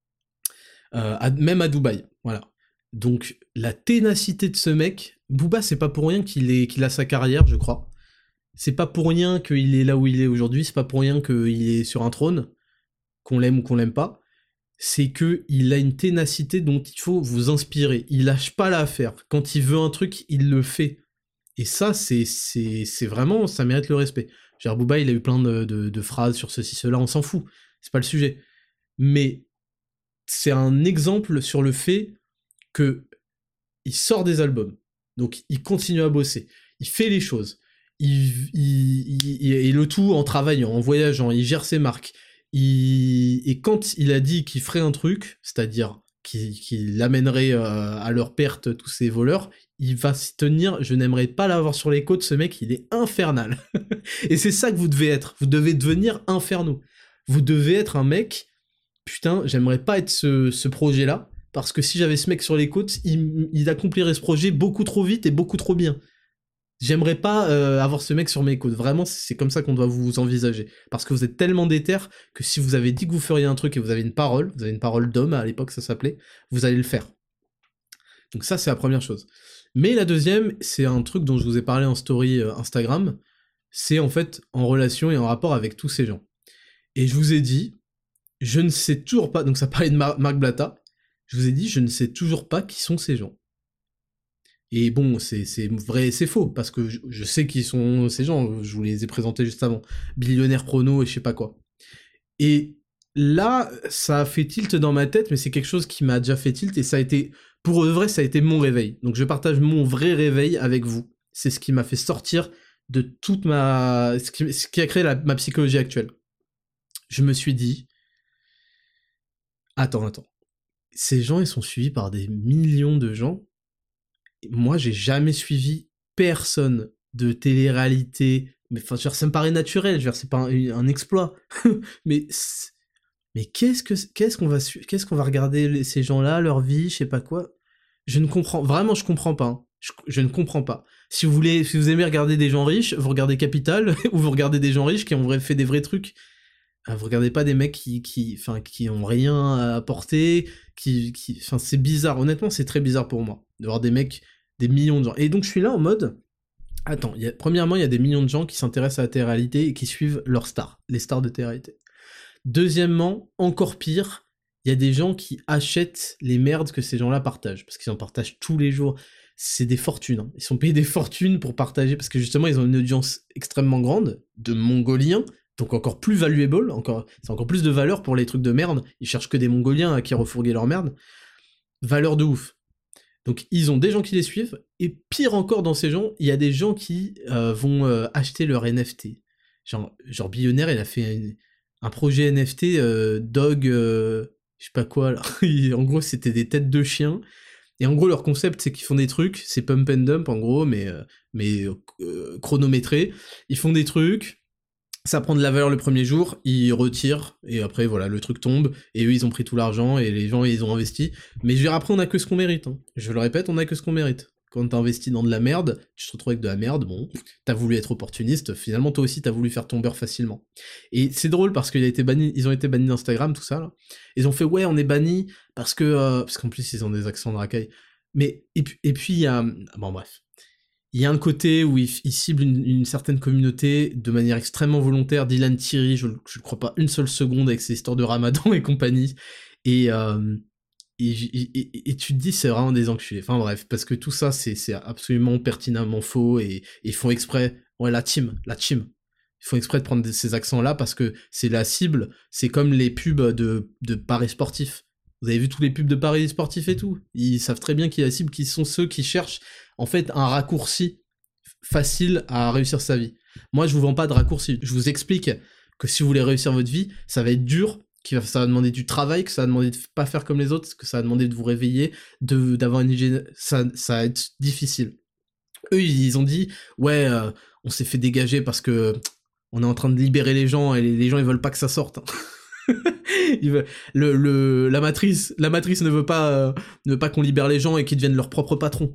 Même à Dubaï, voilà. Donc, la ténacité de ce mec, Booba, c'est pas pour rien qu'il a sa carrière, je crois. C'est pas pour rien qu'il est là où il est aujourd'hui, c'est pas pour rien qu'il est sur un trône, qu'on l'aime ou qu'on l'aime pas. C'est que il a une ténacité dont il faut vous inspirer. Il lâche pas l'affaire. Quand il veut un truc, il le fait. Et ça, c'est vraiment, ça mérite le respect. Genre, Booba, il a eu plein de phrases sur ceci, cela, on s'en fout. C'est pas le sujet. Mais c'est un exemple sur le fait que il sort des albums, donc il continue à bosser, il fait les choses, et le tout en travaillant, en voyageant, il gère ses marques, et quand il a dit qu'il ferait un truc, c'est-à-dire qu'il amènerait à leur perte tous ces voleurs, il va s'y tenir. Je n'aimerais pas l'avoir sur les côtes, ce mec, il est infernal. Et c'est ça que vous devez être, vous devez devenir infernaux. Vous devez être un mec, putain, j'aimerais pas être ce projet-là, parce que si j'avais ce mec sur les côtes, il accomplirait ce projet beaucoup trop vite et beaucoup trop bien. J'aimerais pas avoir ce mec sur mes côtes. Vraiment, c'est comme ça qu'on doit vous envisager. Parce que vous êtes tellement déter que si vous avez dit que vous feriez un truc et vous avez une parole d'homme, à l'époque ça s'appelait, vous allez le faire. Donc ça, c'est la première chose. Mais la deuxième, c'est un truc dont je vous ai parlé en story Instagram, c'est en fait en relation et en rapport avec tous ces gens. Et je vous ai dit, je ne sais toujours pas, donc ça parlait de Marc Blatta, je vous ai dit, je ne sais toujours pas qui sont ces gens. Et bon, c'est vrai et c'est faux, parce que je sais qui sont ces gens, je vous les ai présentés juste avant. Billionnaire chrono et je sais pas quoi. Et là, ça a fait tilt dans ma tête, mais c'est quelque chose qui m'a déjà fait tilt, et ça a été, pour de vrai, ça a été mon réveil. Donc je partage mon vrai réveil avec vous. C'est ce qui m'a fait sortir de toute ce qui a créé ma psychologie actuelle. Je me suis dit, attends. Ces gens, ils sont suivis par des millions de gens. Moi, j'ai jamais suivi personne de télé-réalité, mais enfin, ça me paraît naturel, je veux dire, c'est pas un exploit. mais mais qu'est-ce qu'on va regarder ces gens-là, leur vie, je sais pas quoi. Je ne comprends, vraiment, je comprends pas. Hein. Je ne comprends pas. Si vous aimez regarder des gens riches, vous regardez Capital, ou vous regardez des gens riches qui ont fait des vrais trucs. Vous regardez pas des mecs qui ont rien à apporter, enfin, c'est bizarre. Honnêtement, c'est très bizarre pour moi de voir des mecs, des millions de gens. Et donc, je suis là en mode, attends, premièrement, il y a des millions de gens qui s'intéressent à la télé-réalité et qui suivent leurs stars, les stars de télé-réalité. Deuxièmement, encore pire, il y a des gens qui achètent les merdes que ces gens-là partagent, parce qu'ils en partagent tous les jours. C'est des fortunes. Hein. Ils sont payés des fortunes pour partager, parce que justement, ils ont une audience extrêmement grande, de Mongoliens, donc encore plus valuable, c'est encore plus de valeur pour les trucs de merde. Ils cherchent que des Mongoliens à qui refourguer leur merde. Valeur de ouf. Donc ils ont des gens qui les suivent, et pire encore dans ces gens, il y a des gens qui vont acheter leur NFT. Genre Billionnaire, il a fait un projet NFT, Dog, je sais pas quoi, là. En gros, c'était des têtes de chiens. Et en gros, leur concept, c'est qu'ils font des trucs, c'est pump and dump, en gros, mais chronométré. Ils font des trucs, ça prend de la valeur le premier jour, ils retirent, et après, voilà, le truc tombe, et eux, ils ont pris tout l'argent, et les gens, ils ont investi. Mais je veux dire, après, on a que ce qu'on mérite. Hein. Je le répète, on a que ce qu'on mérite. Quand t'investis dans de la merde, tu te retrouves avec de la merde, bon, t'as voulu être opportuniste, finalement toi aussi t'as voulu faire ton beurre facilement. Et c'est drôle parce qu'ils ont été bannis d'Instagram, tout ça, là. Ils ont fait, ouais, on est bannis parce qu'en plus ils ont des accents de racaille. Mais, et puis il y a, bon bref. Il y a un côté où ils ciblent une certaine communauté de manière extrêmement volontaire. Dylan Thierry, je ne crois pas une seule seconde avec ses histoires de Ramadan et compagnie. Et tu te dis c'est vraiment des enculés. Enfin bref, parce que tout ça c'est absolument pertinemment faux et ils font exprès. Ouais, la team. Ils font exprès de prendre ces accents-là parce que c'est la cible. C'est comme les pubs de paris sportifs. Vous avez vu tous les pubs de paris sportifs et tout. Ils savent très bien qui est la cible, qui sont ceux qui cherchent en fait un raccourci facile à réussir sa vie. Moi, je vous vends pas de raccourci. Je vous explique que si vous voulez réussir votre vie, ça va être dur. Ça va demander du travail, que ça va demander de pas faire comme les autres, que ça va demander de vous réveiller, d'avoir une hygiène, ça va être difficile. Eux, ils ont dit, ouais, on s'est fait dégager parce que on est en train de libérer les gens et les gens ils veulent pas que ça sorte. La matrice ne veut pas qu'on libère les gens et qu'ils deviennent leurs propres patrons.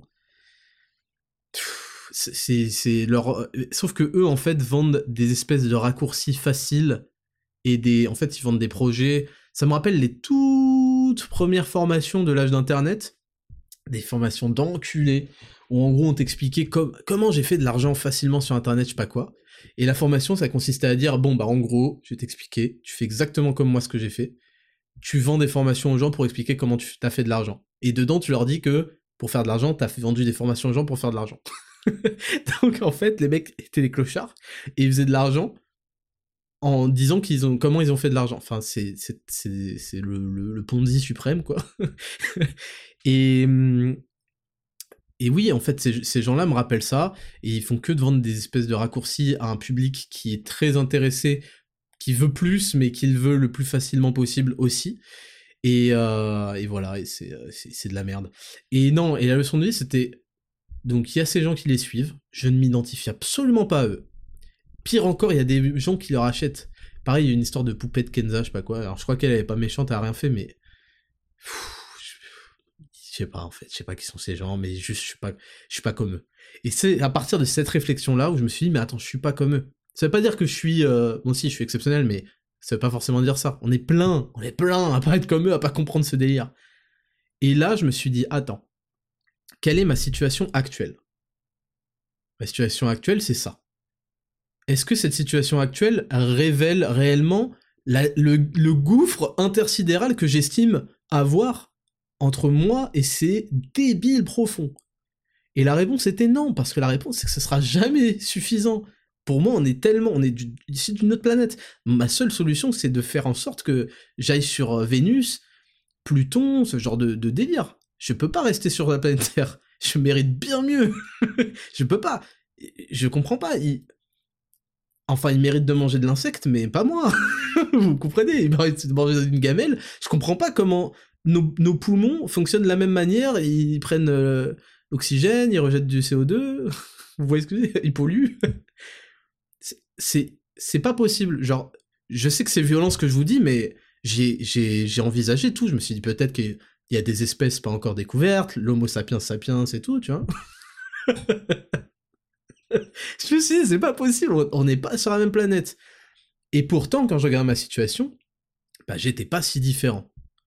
C'est leur, sauf que eux en fait vendent des espèces de raccourcis faciles. Et en fait, ils vendent des projets. Ça me rappelle les toutes premières formations de l'âge d'internet, des formations d'enculés, où en gros on t'expliquait comment j'ai fait de l'argent facilement sur internet, je sais pas quoi. Et la formation, ça consistait à dire, bon bah en gros, je vais t'expliquer, tu fais exactement comme moi ce que j'ai fait, tu vends des formations aux gens pour expliquer comment tu t'as fait de l'argent. Et dedans, tu leur dis que pour faire de l'argent, t'as vendu des formations aux gens pour faire de l'argent. Donc en fait, les mecs étaient des clochards, et ils faisaient de l'argent en disant comment ils ont fait de l'argent. Enfin, c'est le Ponzi suprême, quoi. et oui, en fait, ces gens-là me rappellent ça, et ils font que de vendre des espèces de raccourcis à un public qui est très intéressé, qui veut plus, mais qui le veut le plus facilement possible aussi. Et voilà, et c'est de la merde. Et non, et la leçon de vie, c'était... Donc, il y a ces gens qui les suivent, je ne m'identifie absolument pas à eux. Pire encore, il y a des gens qui leur achètent. Pareil, il y a une histoire de poupée de Kenza, je sais pas quoi. Alors, je crois qu'elle est pas méchante, elle a rien fait, mais... Je sais pas, en fait. Je sais pas qui sont ces gens, mais juste, je suis pas comme eux. Et c'est à partir de cette réflexion-là où je me suis dit, mais attends, je suis pas comme eux. Ça veut pas dire que je suis... Moi aussi, je suis exceptionnel, mais ça veut pas forcément dire ça. On est plein à pas être comme eux, à pas comprendre ce délire. Et là, je me suis dit, attends, quelle est ma situation actuelle ? Ma situation actuelle, c'est ça. Est-ce que cette situation actuelle révèle réellement le gouffre intersidéral que j'estime avoir entre moi et ces débiles profonds ? Et la réponse était non, parce que la réponse c'est que ce sera jamais suffisant. Pour moi, on est ici d'une autre planète. Ma seule solution, c'est de faire en sorte que j'aille sur Vénus, Pluton, ce genre de délire. Je peux pas rester sur la planète Terre. Je mérite bien mieux. Je peux pas. Je comprends pas. Enfin, il mérite de manger de l'insecte, mais pas moi. Vous comprenez ? Il mérite de manger une gamelle. Je comprends pas comment nos poumons fonctionnent de la même manière. Ils prennent l'oxygène, ils rejettent du CO2. Vous voyez ce que je veux dire? Ils polluent. C'est pas possible. Genre, je sais que c'est violent ce que je vous dis, mais j'ai envisagé tout. Je me suis dit peut-être qu'il y a des espèces pas encore découvertes, l'Homo sapiens sapiens et tout, tu vois. Je me suis dit, c'est pas possible, on n'est pas sur la même planète. Et pourtant, quand je regarde ma situation, bah, j'étais pas si différent.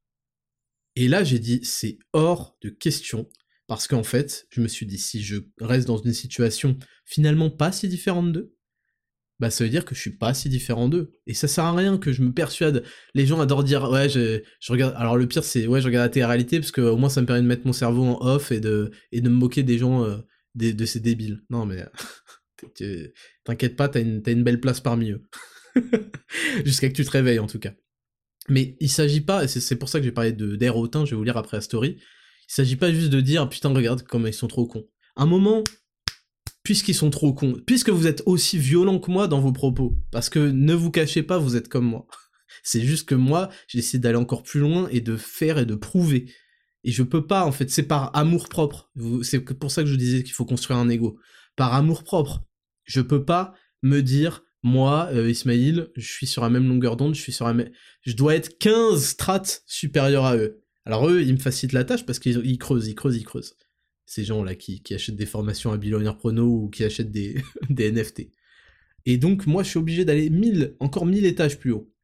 Et là, j'ai dit, c'est hors de question, parce qu'en fait, je me suis dit, si je reste dans une situation finalement pas si différente d'eux, bah ça veut dire que je suis pas si différent d'eux. Et ça sert à rien que je me persuade. Les gens adorent dire, ouais, je regarde... Alors le pire, c'est, ouais, je regarde la télé-réalité, parce que au moins ça me permet de mettre mon cerveau en off et de me moquer des gens, de ces débiles. Non, mais... t'inquiète pas, t'as une belle place parmi eux. Jusqu'à que tu te réveilles, en tout cas. Mais il s'agit pas, et c'est pour ça que j'ai parlé d'air hautain, je vais vous lire après la story, il s'agit pas juste de dire, putain, regarde comme ils sont trop cons. À un moment, puisqu'ils sont trop cons, puisque vous êtes aussi violents que moi dans vos propos, parce que ne vous cachez pas, vous êtes comme moi. C'est juste que moi, j'ai décidé d'aller encore plus loin et de faire et de prouver. Et je peux pas, en fait, c'est par amour propre. C'est pour ça que je vous disais qu'il faut construire un ego. Par amour propre. Je peux pas me dire, moi, Ismaïl, je suis sur la même longueur d'onde, je dois être 15 strates supérieurs à eux. Alors eux, ils me facilitent la tâche parce qu'ils creusent. Ces gens-là qui achètent des formations à Billionaire Prono ou qui achètent des, des NFT. Et donc, moi, je suis obligé d'aller encore 1000 étages plus haut.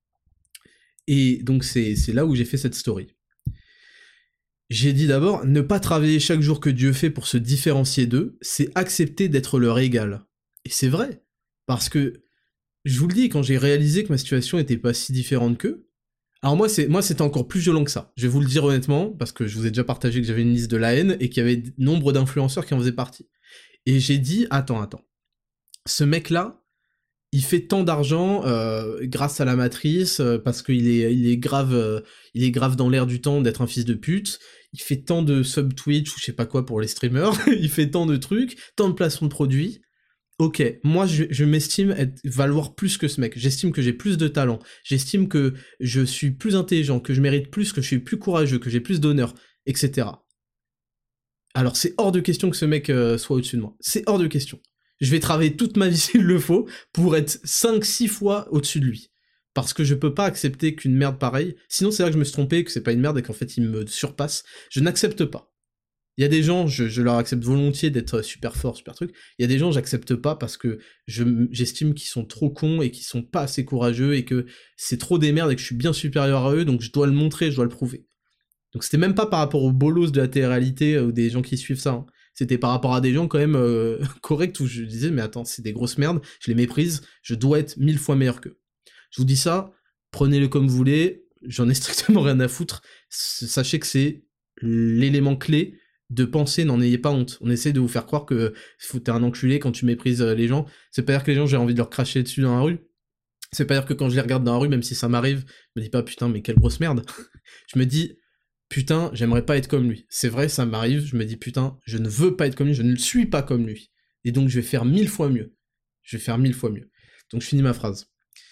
Et donc, c'est là où j'ai fait cette story. J'ai dit d'abord, ne pas travailler chaque jour que Dieu fait pour se différencier d'eux, c'est accepter d'être leur égal. Et c'est vrai. Parce que, je vous le dis, quand j'ai réalisé que ma situation était pas si différente qu'eux, alors moi c'était encore plus violent que ça. Je vais vous le dire honnêtement, parce que je vous ai déjà partagé que j'avais une liste de la haine et qu'il y avait nombre d'influenceurs qui en faisaient partie. Et j'ai dit, attends. Ce mec-là, il fait tant d'argent grâce à la matrice, parce qu'il il est grave dans l'air du temps d'être un fils de pute. Il fait tant de sub Twitch ou je sais pas quoi pour les streamers. Il fait tant de trucs, tant de placements de produits. Ok, moi je m'estime valoir plus que ce mec. J'estime que j'ai plus de talent. J'estime que je suis plus intelligent, que je mérite plus, que je suis plus courageux, que j'ai plus d'honneur, etc. Alors c'est hors de question que ce mec soit au-dessus de moi. C'est hors de question. Je vais travailler toute ma vie s'il le faut pour être 5-6 fois au-dessus de lui. Parce que je peux pas accepter qu'une merde pareille, sinon c'est là que je me suis trompé, que c'est pas une merde et qu'en fait il me surpasse. Je n'accepte pas. Il y a des gens, je leur accepte volontiers d'être super fort, super truc. Il y a des gens, j'accepte pas parce que j'estime qu'ils sont trop cons et qu'ils sont pas assez courageux et que c'est trop des merdes et que je suis bien supérieur à eux, donc je dois le montrer, je dois le prouver. Donc c'était même pas par rapport aux bolos de la télé-réalité ou des gens qui suivent ça. Hein. C'était par rapport à des gens quand même corrects où je disais, mais attends, c'est des grosses merdes, je les méprise, je dois être 1000 fois meilleur qu'eux. Je vous dis ça, prenez-le comme vous voulez, j'en ai strictement rien à foutre. Sachez que c'est l'élément clé de penser, n'en ayez pas honte. On essaie de vous faire croire que t'es un enculé quand tu méprises les gens. C'est pas dire que les gens, j'ai envie de leur cracher dessus dans la rue. C'est pas dire que quand je les regarde dans la rue, même si ça m'arrive, je me dis pas putain, mais quelle grosse merde. Je me dis, putain, j'aimerais pas être comme lui. C'est vrai, ça m'arrive, je me dis putain, je ne veux pas être comme lui, je ne le suis pas comme lui. Et donc je vais faire 1000 fois mieux. Donc je finis ma phrase.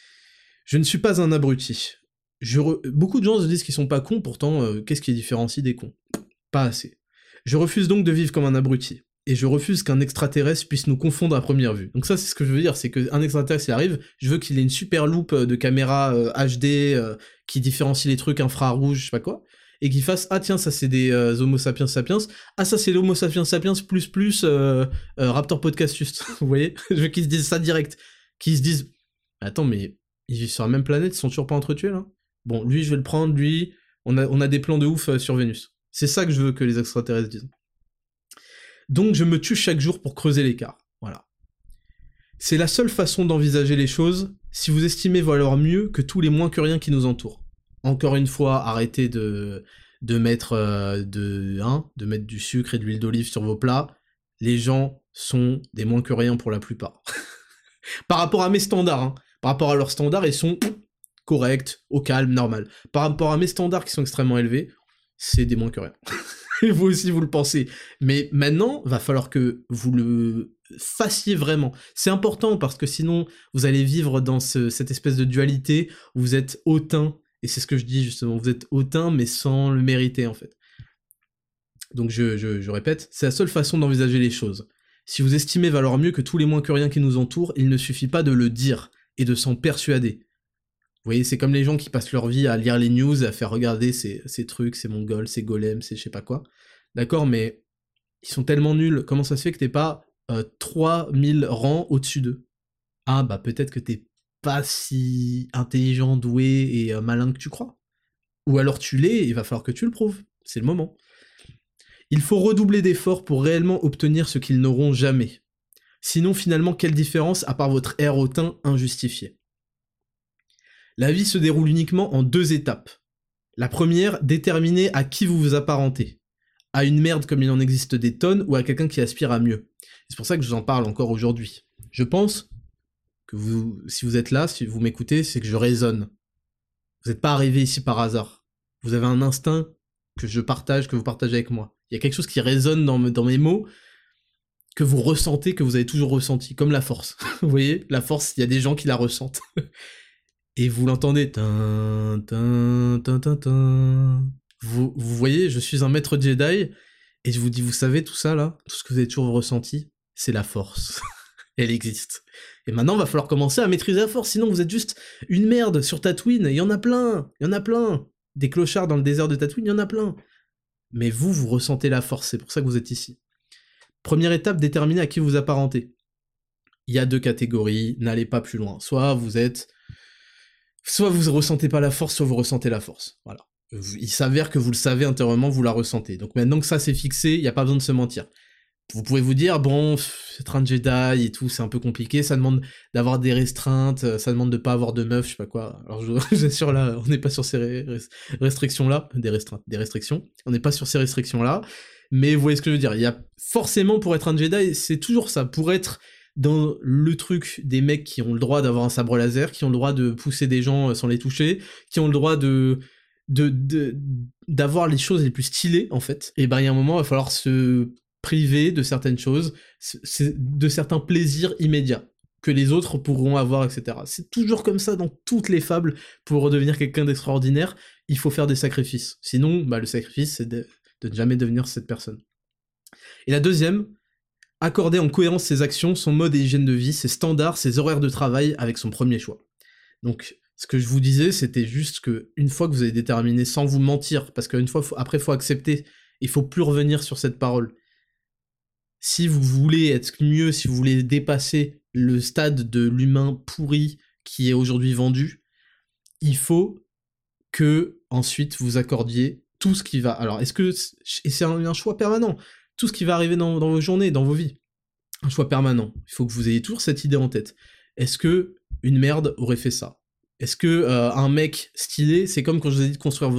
Je ne suis pas un abruti. Beaucoup de gens se disent qu'ils sont pas cons, pourtant, qu'est-ce qui les différencie des cons? Pas assez. Je refuse donc de vivre comme un abruti. Et je refuse qu'un extraterrestre puisse nous confondre à première vue. Donc ça, c'est ce que je veux dire, c'est qu'un extraterrestre, il arrive, je veux qu'il ait une super loupe de caméra HD qui différencie les trucs infrarouges, je sais pas quoi, et qu'il fasse, ah tiens, ça c'est des Homo sapiens sapiens, ah ça c'est l'Homo sapiens sapiens plus Raptor Podcastus, vous voyez? Je veux qu'ils se disent ça direct. Qu'ils se disent, attends, mais ils vivent sur la même planète, ils sont toujours pas entretués là? Bon, lui, je vais le prendre, lui, on a des plans de ouf sur Vénus. C'est ça que je veux que les extraterrestres disent. Donc je me tue chaque jour pour creuser l'écart. Voilà. C'est la seule façon d'envisager les choses si vous estimez valoir mieux que tous les moins que rien qui nous entourent. Encore une fois, arrêtez de mettre de mettre du sucre et de l'huile d'olive sur vos plats. Les gens sont des moins que rien pour la plupart. Par rapport à mes standards, hein. Par rapport à leurs standards, ils sont corrects, au calme, normal. Par rapport à mes standards qui sont extrêmement élevés, c'est des moins que rien. Et vous aussi, vous le pensez. Mais maintenant, va falloir que vous le fassiez vraiment. C'est important parce que sinon, vous allez vivre dans cette espèce de dualité où vous êtes hautain. Et c'est ce que je dis justement, vous êtes hautain mais sans le mériter en fait. Donc je répète, c'est la seule façon d'envisager les choses. Si vous estimez valoir mieux que tous les moins que rien qui nous entourent, il ne suffit pas de le dire et de s'en persuader. Vous voyez, c'est comme les gens qui passent leur vie à lire les news, à faire regarder ces trucs, ces mongols, ces golems, ces je sais pas quoi. D'accord, mais ils sont tellement nuls, comment ça se fait que t'es pas 3000 rangs au-dessus d'eux? Ah bah peut-être que t'es pas si intelligent, doué et malin que tu crois. Ou alors tu l'es, il va falloir que tu le prouves. C'est le moment. Il faut redoubler d'efforts pour réellement obtenir ce qu'ils n'auront jamais. Sinon, finalement, quelle différence à part votre air hautain injustifié? La vie se déroule uniquement en 2 étapes. La première, déterminer à qui vous vous apparentez. À une merde comme il en existe des tonnes, ou à quelqu'un qui aspire à mieux. C'est pour ça que je vous en parle encore aujourd'hui. Je pense que vous, si vous êtes là, si vous m'écoutez, c'est que je raisonne. Vous n'êtes pas arrivé ici par hasard. Vous avez un instinct que je partage, que vous partagez avec moi. Il y a quelque chose qui résonne dans mes mots, que vous ressentez, que vous avez toujours ressenti, comme la force. Vous voyez, la force, il y a des gens qui la ressentent. Et vous l'entendez. Tin, tin, tin, tin, tin. Vous voyez, je suis un maître Jedi, et je vous dis, vous savez, tout ça là, tout ce que vous avez toujours ressenti, c'est la force. Elle existe. Et maintenant, va falloir commencer à maîtriser la force, sinon vous êtes juste une merde sur Tatooine, il y en a plein, il y en a plein. Des clochards dans le désert de Tatooine, il y en a plein. Mais vous ressentez la force, c'est pour ça que vous êtes ici. Première étape, déterminer à qui vous apparentez. Il y a 2 catégories, n'allez pas plus loin. Soit vous ressentez pas la force, soit vous ressentez la force. Voilà. Il s'avère que vous le savez intérieurement, vous la ressentez. Donc maintenant que ça c'est fixé, il n'y a pas besoin de se mentir. Vous pouvez vous dire, bon, être un Jedi et tout, c'est un peu compliqué, ça demande d'avoir des restreintes, ça demande de pas avoir de meuf, je sais pas quoi. Alors je vous assure là, on n'est pas sur ces restrictions-là, des restrictions, on n'est pas sur ces restrictions-là, mais vous voyez ce que je veux dire, il y a forcément, pour être un Jedi, c'est toujours ça, pour être dans le truc des mecs qui ont le droit d'avoir un sabre laser, qui ont le droit de pousser des gens sans les toucher, qui ont le droit d'avoir les choses les plus stylées, en fait, et ben il y a un moment, il va falloir se privé de certaines choses, de certains plaisirs immédiats que les autres pourront avoir, etc. C'est toujours comme ça dans toutes les fables. Pour redevenir quelqu'un d'extraordinaire, il faut faire des sacrifices. Sinon, bah, le sacrifice, c'est de ne jamais devenir cette personne. Et la deuxième, accorder en cohérence ses actions, son mode et hygiène de vie, ses standards, ses horaires de travail avec son premier choix. Donc, ce que je vous disais, c'était juste que une fois que vous avez déterminé, sans vous mentir, parce qu'une fois, après, faut accepter, il faut plus revenir sur cette parole. Si vous voulez être mieux, si vous voulez dépasser le stade de l'humain pourri qui est aujourd'hui vendu, il faut que ensuite vous accordiez tout ce qui va. Alors, est-ce que et c'est un choix permanent, tout ce qui va arriver dans vos journées, dans vos vies, un choix permanent. Il faut que vous ayez toujours cette idée en tête. Est-ce que une merde aurait fait ça? Est-ce que un mec stylé, c'est comme quand je vous ai dit de construire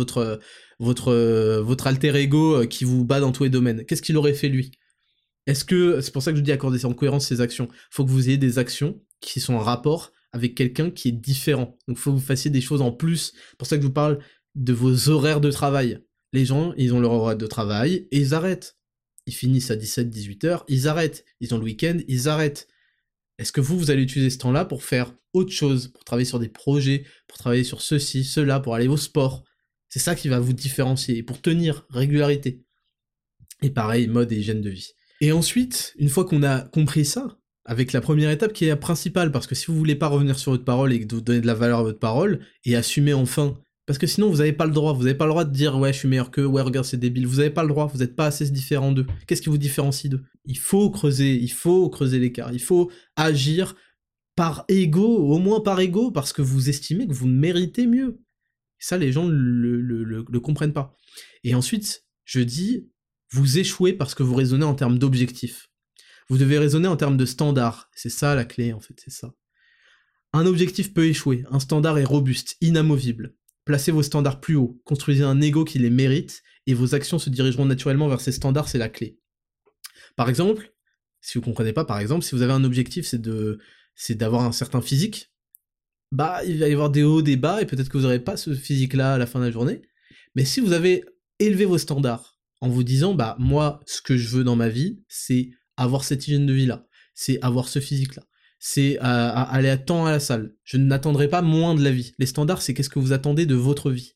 votre alter ego qui vous bat dans tous les domaines. Qu'est-ce qu'il aurait fait lui? Est-ce que, c'est pour ça que je dis accorder en cohérence ces actions, faut que vous ayez des actions qui sont en rapport avec quelqu'un qui est différent. Donc faut que vous fassiez des choses en plus, c'est pour ça que je vous parle de vos horaires de travail. Les gens, ils ont leur horaire de travail et ils arrêtent. Ils finissent à 17-18 heures, ils arrêtent. Ils ont le week-end, ils arrêtent. Est-ce que vous allez utiliser ce temps-là pour faire autre chose, pour travailler sur des projets, pour travailler sur ceci, cela, pour aller au sport? C'est ça qui va vous différencier, et pour tenir régularité. Et pareil, mode et hygiène de vie. Et ensuite, une fois qu'on a compris ça, avec la première étape qui est la principale, parce que si vous voulez pas revenir sur votre parole et que vous donnez de la valeur à votre parole, et assumer enfin, parce que sinon vous avez pas le droit de dire ouais je suis meilleur qu'eux, ouais regarde c'est débile, vous avez pas le droit, vous êtes pas assez différent d'eux. Qu'est-ce qui vous différencie d'eux? Il faut creuser l'écart, il faut agir par ego, au moins par ego, parce que vous estimez que vous méritez mieux. Et ça les gens le comprennent pas. Et ensuite, je dis, vous échouez parce que vous raisonnez en termes d'objectifs. Vous devez raisonner en termes de standards. C'est ça la clé, en fait, c'est ça. Un objectif peut échouer, un standard est robuste, inamovible. Placez vos standards plus haut, construisez un ego qui les mérite, et vos actions se dirigeront naturellement vers ces standards, c'est la clé. Par exemple, si vous comprenez pas, par exemple, si vous avez un objectif, c'est d'avoir un certain physique, bah, il va y avoir des hauts, des bas, et peut-être que vous n'aurez pas ce physique-là à la fin de la journée, mais si vous avez élevé vos standards, en vous disant, bah, moi, ce que je veux dans ma vie, c'est avoir cette hygiène de vie-là, c'est avoir ce physique-là, c'est aller à temps à la salle. Je n'attendrai pas moins de la vie. Les standards, c'est qu'est-ce que vous attendez de votre vie.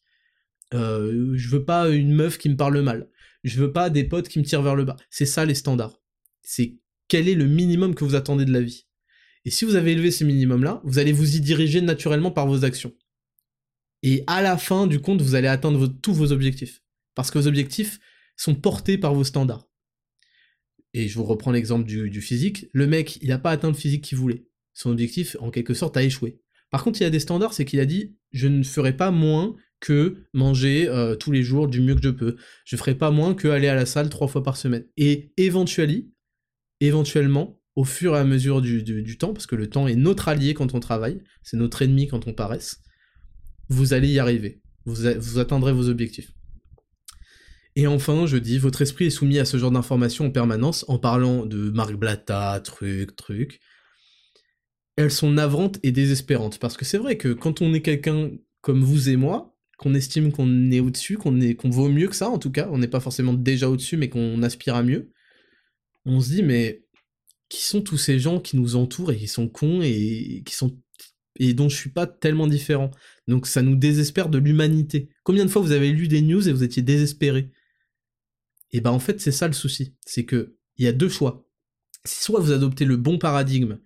Je veux pas une meuf qui me parle mal. Je veux pas des potes qui me tirent vers le bas. C'est ça les standards. C'est quel est le minimum que vous attendez de la vie. Et si vous avez élevé ces minimums-là, vous allez vous y diriger naturellement par vos actions. Et à la fin du compte, vous allez atteindre tous vos objectifs. Parce que vos objectifs sont portés par vos standards. Et je vous reprends l'exemple du physique. Le mec, il n'a pas atteint le physique qu'il voulait. Son objectif, en quelque sorte, a échoué. Par contre, il a des standards, c'est qu'il a dit « Je ne ferai pas moins que manger tous les jours du mieux que je peux. Je ferai pas moins que aller à la salle 3 fois par semaine. » Et éventuellement, au fur et à mesure du temps, parce que le temps est notre allié quand on travaille, c'est notre ennemi quand on paresse, vous allez y arriver. Vous atteindrez vos objectifs. Et enfin, je dis, votre esprit est soumis à ce genre d'informations en permanence, en parlant de Marc Blatta, truc. Elles sont navrantes et désespérantes, parce que c'est vrai que quand on est quelqu'un comme vous et moi, qu'on estime qu'on est au-dessus, qu'on vaut mieux que ça, en tout cas, on n'est pas forcément déjà au-dessus, mais qu'on aspire à mieux, on se dit, mais qui sont tous ces gens qui nous entourent et qui sont cons et dont je suis pas tellement différent. Donc ça nous désespère de l'humanité. Combien de fois vous avez lu des news et vous étiez désespéré? Et ben en fait c'est ça le souci, c'est que il y a deux choix. Soit vous adoptez le bon paradigme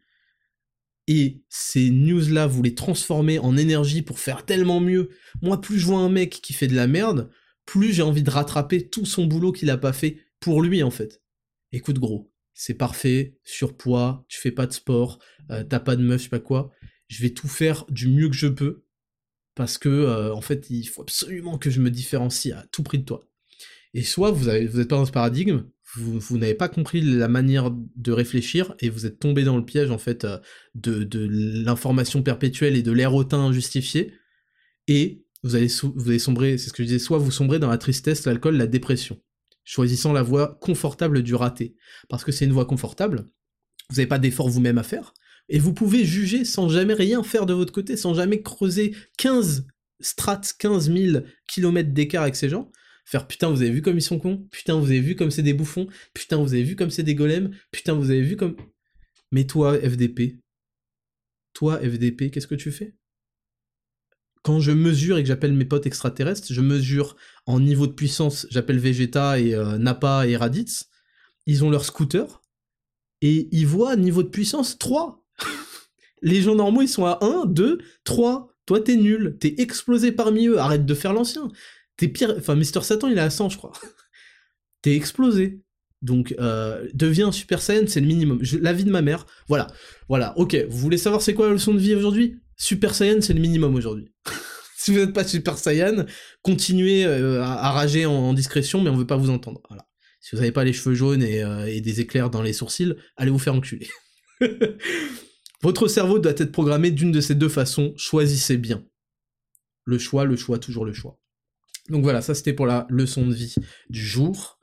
et ces news-là vous les transformez en énergie pour faire tellement mieux. Moi plus je vois un mec qui fait de la merde, plus j'ai envie de rattraper tout son boulot qu'il a pas fait pour lui en fait. Écoute gros, c'est parfait, surpoids, tu fais pas de sport, t'as pas de meuf, je sais pas quoi, je vais tout faire du mieux que je peux, parce que, en fait, il faut absolument que je me différencie à tout prix de toi. Et soit vous êtes pas dans ce paradigme, vous n'avez pas compris la manière de réfléchir, et vous êtes tombé dans le piège, en fait, de l'information perpétuelle et de l'air-hautain injustifié, et vous allez sombrer, c'est ce que je disais, soit vous sombrez dans la tristesse, l'alcool, la dépression, choisissant la voie confortable du raté. Parce que c'est une voie confortable, vous n'avez pas d'effort vous-même à faire, et vous pouvez juger sans jamais rien faire de votre côté, sans jamais creuser 15 000 kilomètres d'écart avec ces gens, faire putain vous avez vu comme ils sont cons, putain vous avez vu comme c'est des bouffons, putain vous avez vu comme c'est des golems, putain vous avez vu comme... Mais toi FDP, qu'est-ce que tu fais? Quand je mesure et que j'appelle mes potes extraterrestres, je mesure en niveau de puissance, j'appelle Vegeta et Nappa et Raditz, ils ont leur scooter, et ils voient niveau de puissance 3. Les gens normaux ils sont à 1, 2, 3. Toi t'es nul, t'es explosé parmi eux, arrête de faire l'ancien. T'es pire, enfin Mister Satan il est à 100 je crois. T'es explosé. Donc deviens Super Saiyan, c'est le minimum. La vie de ma mère, voilà, ok, vous voulez savoir c'est quoi la leçon de vie aujourd'hui? Super Saiyan c'est le minimum aujourd'hui. Si vous n'êtes pas Super Saiyan, continuez à rager en discrétion, mais on veut pas vous entendre, voilà. Si vous n'avez pas les cheveux jaunes et des éclairs dans les sourcils, allez vous faire enculer. Votre cerveau doit être programmé d'une de ces deux façons, choisissez bien. Le choix, toujours le choix. Donc voilà, ça c'était pour la leçon de vie du jour.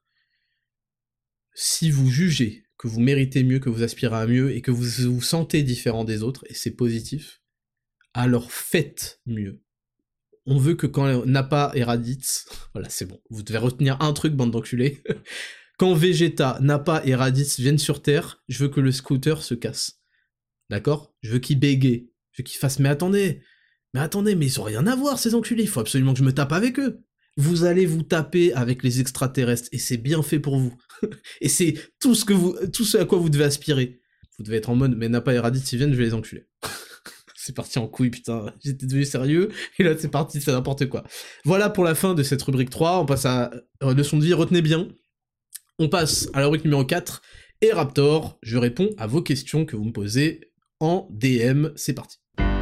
Si vous jugez que vous méritez mieux, que vous aspirez à mieux, et que vous vous sentez différent des autres, et c'est positif, alors faites mieux. On veut que quand Nappa et Raditz, voilà c'est bon, vous devez retenir un truc bande d'enculés, quand Vegeta, Nappa et Raditz viennent sur Terre, je veux que le scooter se casse. D'accord? Je veux qu'ils bégayent, je veux qu'ils fassent mais attendez, mais ils ont rien à voir ces enculés, il faut absolument que je me tape avec eux. Vous allez vous taper avec les extraterrestres, et c'est bien fait pour vous. Et c'est tout ce à quoi vous devez aspirer. Vous devez être en mode, mais Nappa et Raditz s'ils viennent, je vais les enculer. C'est parti en couille, putain, j'étais devenu sérieux, et là c'est parti, c'est n'importe quoi. Voilà pour la fin de cette rubrique 3, on passe à leçon de vie, retenez bien. On passe à la rubrique numéro 4, et Raptor, je réponds à vos questions que vous me posez en DM, c'est parti.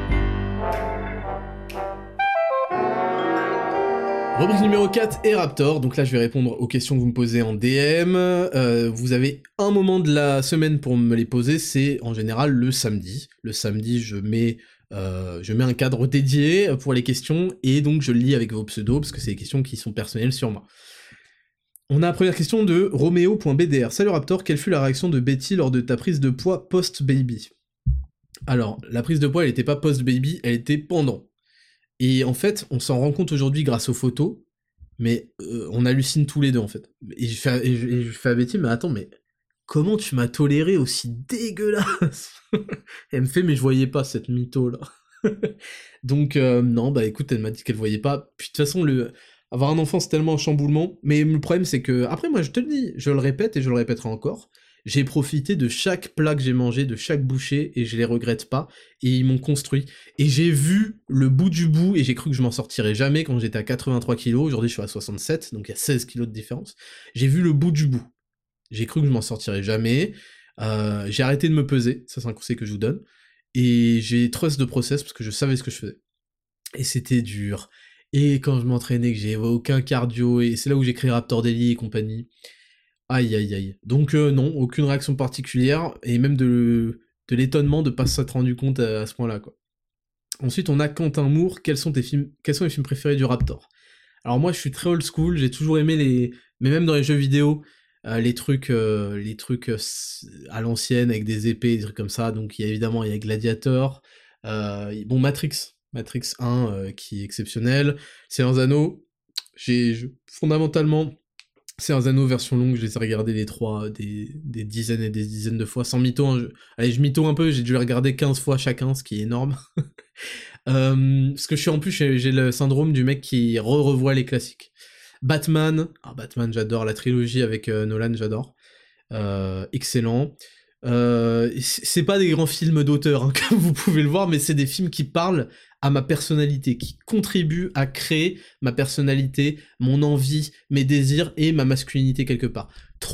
Rubrique numéro 4 et Raptor, donc là je vais répondre aux questions que vous me posez en DM, vous avez un moment de la semaine pour me les poser, c'est en général le samedi. Le samedi je mets un cadre dédié pour les questions, et donc je le lis avec vos pseudos, parce que c'est des questions qui sont personnelles sur moi. On a la première question de Romeo.bdr. Salut Raptor, quelle fut la réaction de Betty lors de ta prise de poids post-baby? Alors, la prise de poids elle était pas post-baby, elle était pendant. Et en fait, on s'en rend compte aujourd'hui grâce aux photos, mais on hallucine tous les deux en fait. Et je fais à Betty, mais attends, mais comment tu m'as toléré aussi dégueulasse? Elle me fait, mais je voyais pas cette mytho là. Donc non, bah écoute, elle m'a dit qu'elle voyait pas. Puis de toute façon, avoir un enfant c'est tellement un chamboulement, mais le problème c'est que, après moi je te le dis, je le répète et je le répéterai encore, J'ai profité de chaque plat que j'ai mangé, de chaque bouchée, et je les regrette pas, et ils m'ont construit. Et j'ai vu le bout du bout, et j'ai cru que je m'en sortirais jamais quand j'étais à 83 kilos, aujourd'hui je suis à 67, donc il y a 16 kilos de différence. J'ai vu le bout du bout. J'ai cru que je m'en sortirais jamais, j'ai arrêté de me peser, ça c'est un conseil que je vous donne, et j'ai trust de process parce que je savais ce que je faisais. Et c'était dur. Et quand je m'entraînais, que j'avais aucun cardio, et c'est là où j'ai créé Raptor Daily et compagnie. Aïe aïe aïe. Donc non, aucune réaction particulière, et même de l'étonnement de pas s'être rendu compte à ce point-là, quoi. Ensuite, on a Quentin Moore, quels sont les films préférés du Raptor? Alors moi, je suis très old school, j'ai toujours aimé mais même dans les jeux vidéo, à l'ancienne avec des épées, des trucs comme ça. Donc il y a Gladiator, bon Matrix 1 qui est exceptionnel, Seigneur des Anneaux, fondamentalement Seigneur des Anneaux version longue, je les ai regardés les trois des dizaines et des dizaines de fois, sans mytho, hein, allez je mytho un peu, j'ai dû les regarder 15 fois chacun, ce qui est énorme. Parce que j'ai le syndrome du mec qui revoit les classiques. Batman, Batman j'adore, la trilogie avec Nolan j'adore, excellent. C'est pas des grands films d'auteur, hein, comme vous pouvez le voir, mais c'est des films qui parlent à ma personnalité, qui contribuent à créer ma personnalité, mon envie, mes désirs et ma masculinité quelque part.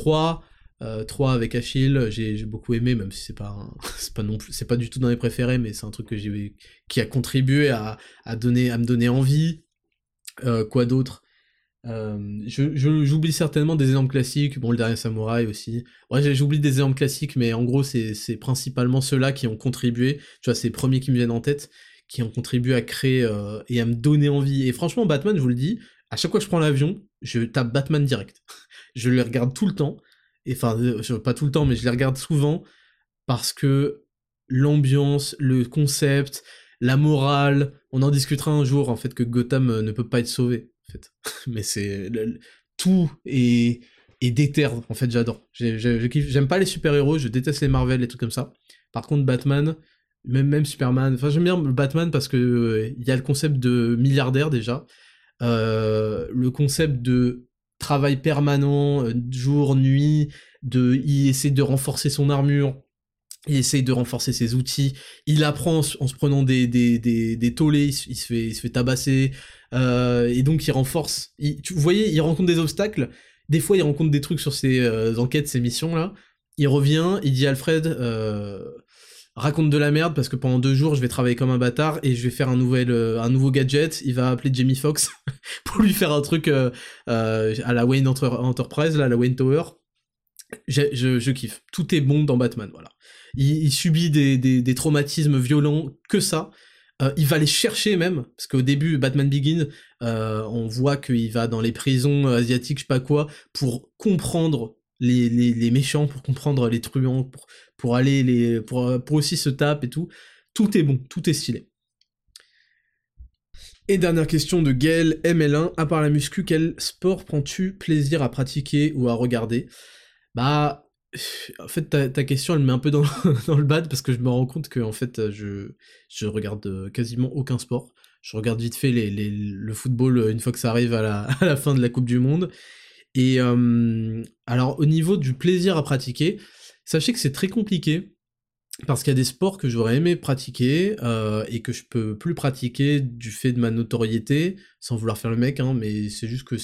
3 avec Achille, j'ai beaucoup aimé, même si c'est pas non plus, c'est pas du tout dans les préférés, mais c'est un truc qui a contribué à me donner envie. Quoi d'autre? J'oublie certainement des exemples classiques, bon le dernier samouraï aussi. Ouais, j'oublie des exemples classiques, mais en gros c'est principalement ceux-là qui ont contribué, tu vois, c'est les premiers qui me viennent en tête, qui ont contribué à créer et à me donner envie. Et franchement, Batman, je vous le dis, à chaque fois que je prends l'avion, je tape Batman direct. Je les regarde tout le temps, et enfin pas tout le temps, mais je les regarde souvent parce que l'ambiance, le concept, la morale, on en discutera un jour en fait que Gotham ne peut pas être sauvé en fait. Mais tout est déter en fait, j'adore. J'aime pas les super-héros, je déteste les Marvel et trucs comme ça. Par contre Batman, même Superman, enfin j'aime bien Batman parce que il y a le concept de milliardaire déjà, le concept de travail permanent, jour, nuit, il essaie de renforcer son armure, il essaye de renforcer ses outils, il apprend en se prenant des tollés, il se fait tabasser, et donc il renforce. Vous voyez, il rencontre des obstacles, des fois il rencontre des trucs sur ses enquêtes, ses missions là, il revient, il dit à Alfred, raconte de la merde parce que pendant 2 jours je vais travailler comme un bâtard et je vais faire un nouveau gadget, il va appeler Jamie Foxx pour lui faire un truc à la Wayne Enterprise, là, la Wayne Tower. Je kiffe. Tout est bon dans Batman, voilà. Il subit des traumatismes violents, que ça. Il va les chercher même, parce qu'au début, Batman Begins, on voit qu'il va dans les prisons asiatiques, je sais pas quoi, pour comprendre les méchants, pour comprendre les truands, pour aussi se taper et tout. Tout est bon, tout est stylé. Et dernière question de Gaël ML1, à part la muscu, quel sport prends-tu plaisir à pratiquer ou à regarder? Bah, en fait, ta question, elle me met un peu dans, dans le bad, parce que je me rends compte que, en fait, je regarde quasiment aucun sport. Je regarde vite fait le football une fois que ça arrive à la fin de la Coupe du Monde. Et alors, au niveau du plaisir à pratiquer, sachez que c'est très compliqué, parce qu'il y a des sports que j'aurais aimé pratiquer, et que je peux plus pratiquer du fait de ma notoriété, sans vouloir faire le mec, hein, mais c'est juste que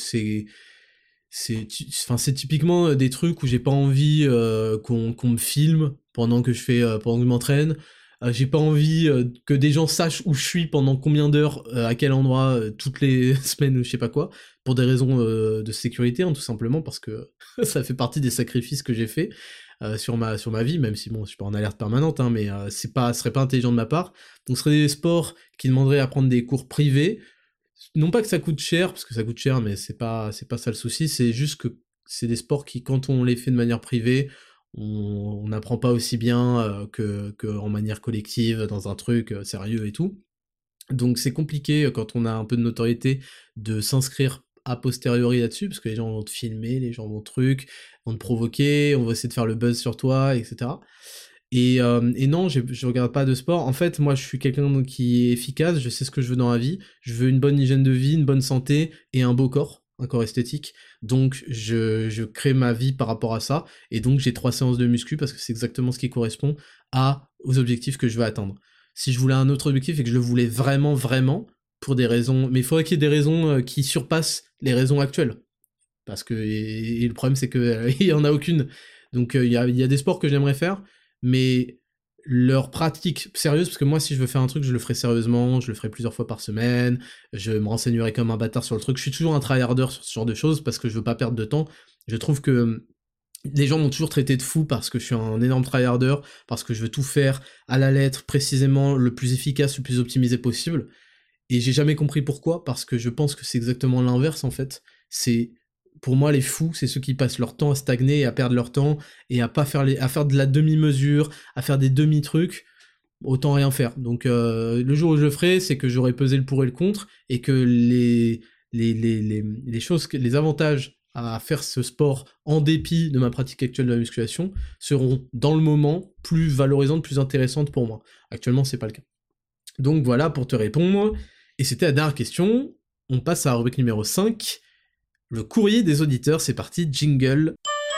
c'est typiquement des trucs où j'ai pas envie qu'on me filme pendant que je m'entraîne. J'ai pas envie que des gens sachent où je suis pendant combien d'heures, à quel endroit, toutes les semaines ou je sais pas quoi, pour des raisons de sécurité, hein, tout simplement parce que ça fait partie des sacrifices que j'ai fait sur ma vie, même si bon, je suis pas en alerte permanente, hein, mais ce serait pas intelligent de ma part. Donc ce serait des sports qui demanderaient à prendre des cours privés. Non pas que ça coûte cher, parce que ça coûte cher, mais c'est pas ça le souci, c'est juste que c'est des sports qui, quand on les fait de manière privée, on n'apprend pas aussi bien que en manière collective, dans un truc sérieux et tout. Donc c'est compliqué quand on a un peu de notoriété de s'inscrire a posteriori là-dessus, parce que les gens vont te filmer, les gens vont vont te provoquer, on va essayer de faire le buzz sur toi, etc. Et non, je regarde pas de sport. En fait, moi, je suis quelqu'un qui est efficace, je sais ce que je veux dans la vie. Je veux une bonne hygiène de vie, une bonne santé et un beau corps. un corps esthétique, donc je crée ma vie par rapport à ça, et donc j'ai 3 séances de muscu parce que c'est exactement ce qui correspond aux objectifs que je veux atteindre. Si je voulais un autre objectif et que je le voulais vraiment, vraiment, pour des raisons... Mais il faudrait qu'il y ait des raisons qui surpassent les raisons actuelles. Parce que... Et le problème, c'est que il y en a aucune. Donc il y a des sports que j'aimerais faire, mais leur pratique sérieuse, parce que moi, si je veux faire un truc, je le ferai sérieusement, je le ferai plusieurs fois par semaine, je me renseignerai comme un bâtard sur le truc. Je suis toujours un tryharder sur ce genre de choses, parce que je veux pas perdre de temps. Je trouve que les gens m'ont toujours traité de fou parce que je suis un énorme tryharder, parce que je veux tout faire à la lettre, précisément, le plus efficace, le plus optimisé possible. Et j'ai jamais compris pourquoi, parce que je pense que c'est exactement l'inverse, en fait. C'est... Pour moi, les fous, c'est ceux qui passent leur temps à stagner et à perdre leur temps, et à faire de la demi-mesure, à faire des demi-trucs, autant rien faire. Donc le jour où je le ferai, c'est que j'aurai pesé le pour et le contre, et que les choses, les avantages à faire ce sport en dépit de ma pratique actuelle de la musculation seront dans le moment plus valorisantes, plus intéressantes pour moi. Actuellement, c'est pas le cas. Donc voilà pour te répondre, et c'était la dernière question. On passe à la rubrique numéro 5. Le courrier des auditeurs, c'est parti, jingle.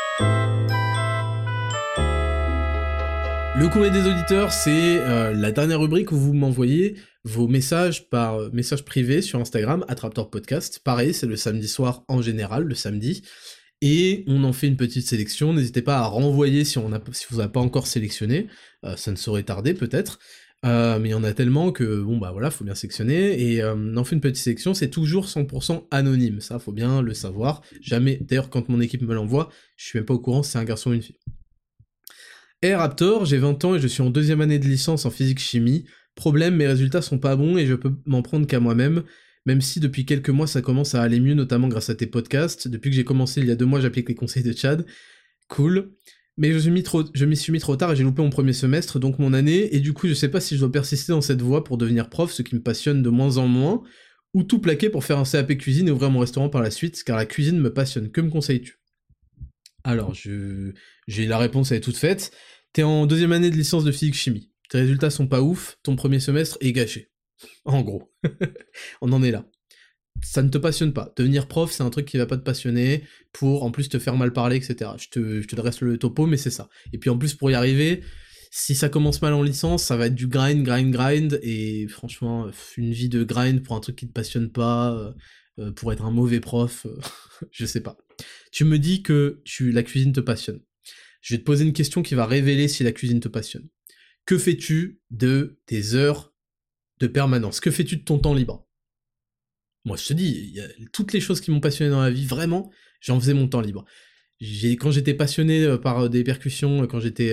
Le courrier des auditeurs, c'est la dernière rubrique où vous m'envoyez vos messages par message privé sur Instagram, Attraptor Podcast. Pareil, c'est le samedi soir en général, le samedi. Et on en fait une petite sélection. N'hésitez pas à renvoyer si vous n'avez pas encore sélectionné. Ça ne saurait tarder peut-être. Mais il y en a tellement que, bon bah voilà, faut bien sélectionner, et on en fait une petite sélection, c'est toujours 100% anonyme, ça faut bien le savoir, jamais, d'ailleurs quand mon équipe me l'envoie, je suis même pas au courant si c'est un garçon ou une fille. Hey Raptor, j'ai 20 ans et je suis en 2e année de licence en physique-chimie, problème, mes résultats sont pas bons et je peux m'en prendre qu'à moi-même, même si depuis quelques mois ça commence à aller mieux, notamment grâce à tes podcasts, depuis que j'ai commencé il y a 2 mois j'applique les conseils de Chad, cool. Mais je m'y suis mis trop tard et j'ai loupé mon premier semestre, donc mon année, et du coup je sais pas si je dois persister dans cette voie pour devenir prof, ce qui me passionne de moins en moins, ou tout plaquer pour faire un CAP cuisine et ouvrir mon restaurant par la suite, car la cuisine me passionne. Que me conseilles-tu? Alors, j'ai la réponse, elle est toute faite. T'es en 2e année de licence de physique-chimie. Tes résultats sont pas ouf, ton premier semestre est gâché. En gros. On en est là. Ça ne te passionne pas. Devenir prof, c'est un truc qui va pas te passionner, pour en plus te faire mal parler, etc. Je te dresse le topo, mais c'est ça. Et puis en plus, pour y arriver, si ça commence mal en licence, ça va être du grind, et franchement, une vie de grind pour un truc qui te passionne pas, pour être un mauvais prof, je sais pas. Tu me dis que la cuisine te passionne. Je vais te poser une question qui va révéler si la cuisine te passionne. Que fais-tu de tes heures de permanence? Que fais-tu de ton temps libre? Moi, je te dis, il y a toutes les choses qui m'ont passionné dans la vie, vraiment, j'en faisais mon temps libre. Quand j'étais passionné par des percussions, quand j'étais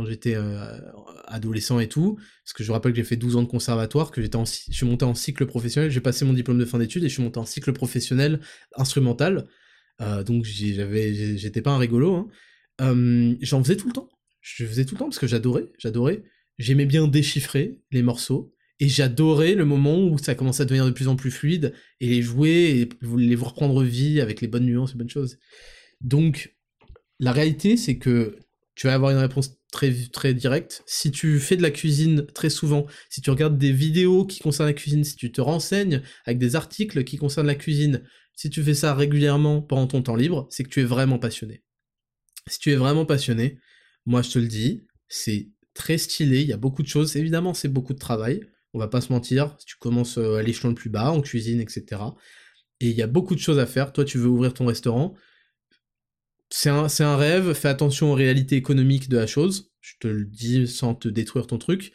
adolescent et tout, parce que je rappelle que j'ai fait 12 ans de conservatoire, que je suis monté en cycle professionnel, j'ai passé mon diplôme de fin d'études et je suis monté en cycle professionnel instrumental, donc j'étais pas un rigolo, hein. J'en faisais tout le temps. Je faisais tout le temps parce que j'adorais. J'aimais bien déchiffrer les morceaux, et j'adorais le moment où ça commençait à devenir de plus en plus fluide, et les jouer, et les voir prendre vie avec les bonnes nuances, les bonnes choses. Donc, la réalité, c'est que tu vas avoir une réponse très, très directe. Si tu fais de la cuisine très souvent, si tu regardes des vidéos qui concernent la cuisine, si tu te renseignes avec des articles qui concernent la cuisine, si tu fais ça régulièrement pendant ton temps libre, c'est que tu es vraiment passionné. Si tu es vraiment passionné, moi je te le dis, c'est très stylé, il y a beaucoup de choses, évidemment c'est beaucoup de travail, on va pas se mentir, si tu commences à l'échelon le plus bas, en cuisine, etc. Et il y a beaucoup de choses à faire, toi tu veux ouvrir ton restaurant, c'est un rêve, fais attention aux réalités économiques de la chose, je te le dis sans te détruire ton truc.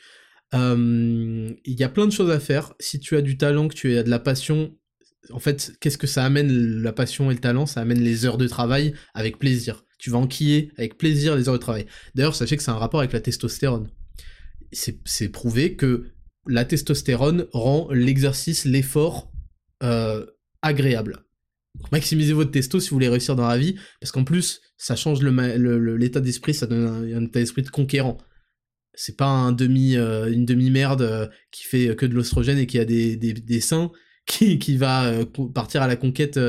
Il y a plein de choses à faire, si tu as du talent, que tu as de la passion, en fait, qu'est-ce que ça amène, la passion et le talent? Ça amène les heures de travail avec plaisir. Tu vas enquiller avec plaisir les heures de travail. D'ailleurs, sachez que c'est un rapport avec la testostérone. C'est prouvé que la testostérone rend l'exercice, l'effort agréable. Donc, maximisez votre testo si vous voulez réussir dans la vie, parce qu'en plus, ça change l'état d'esprit, ça donne un état d'esprit de conquérant. C'est pas une demi-merde qui fait que de l'oestrogène et qui a des seins, qui va partir à la conquête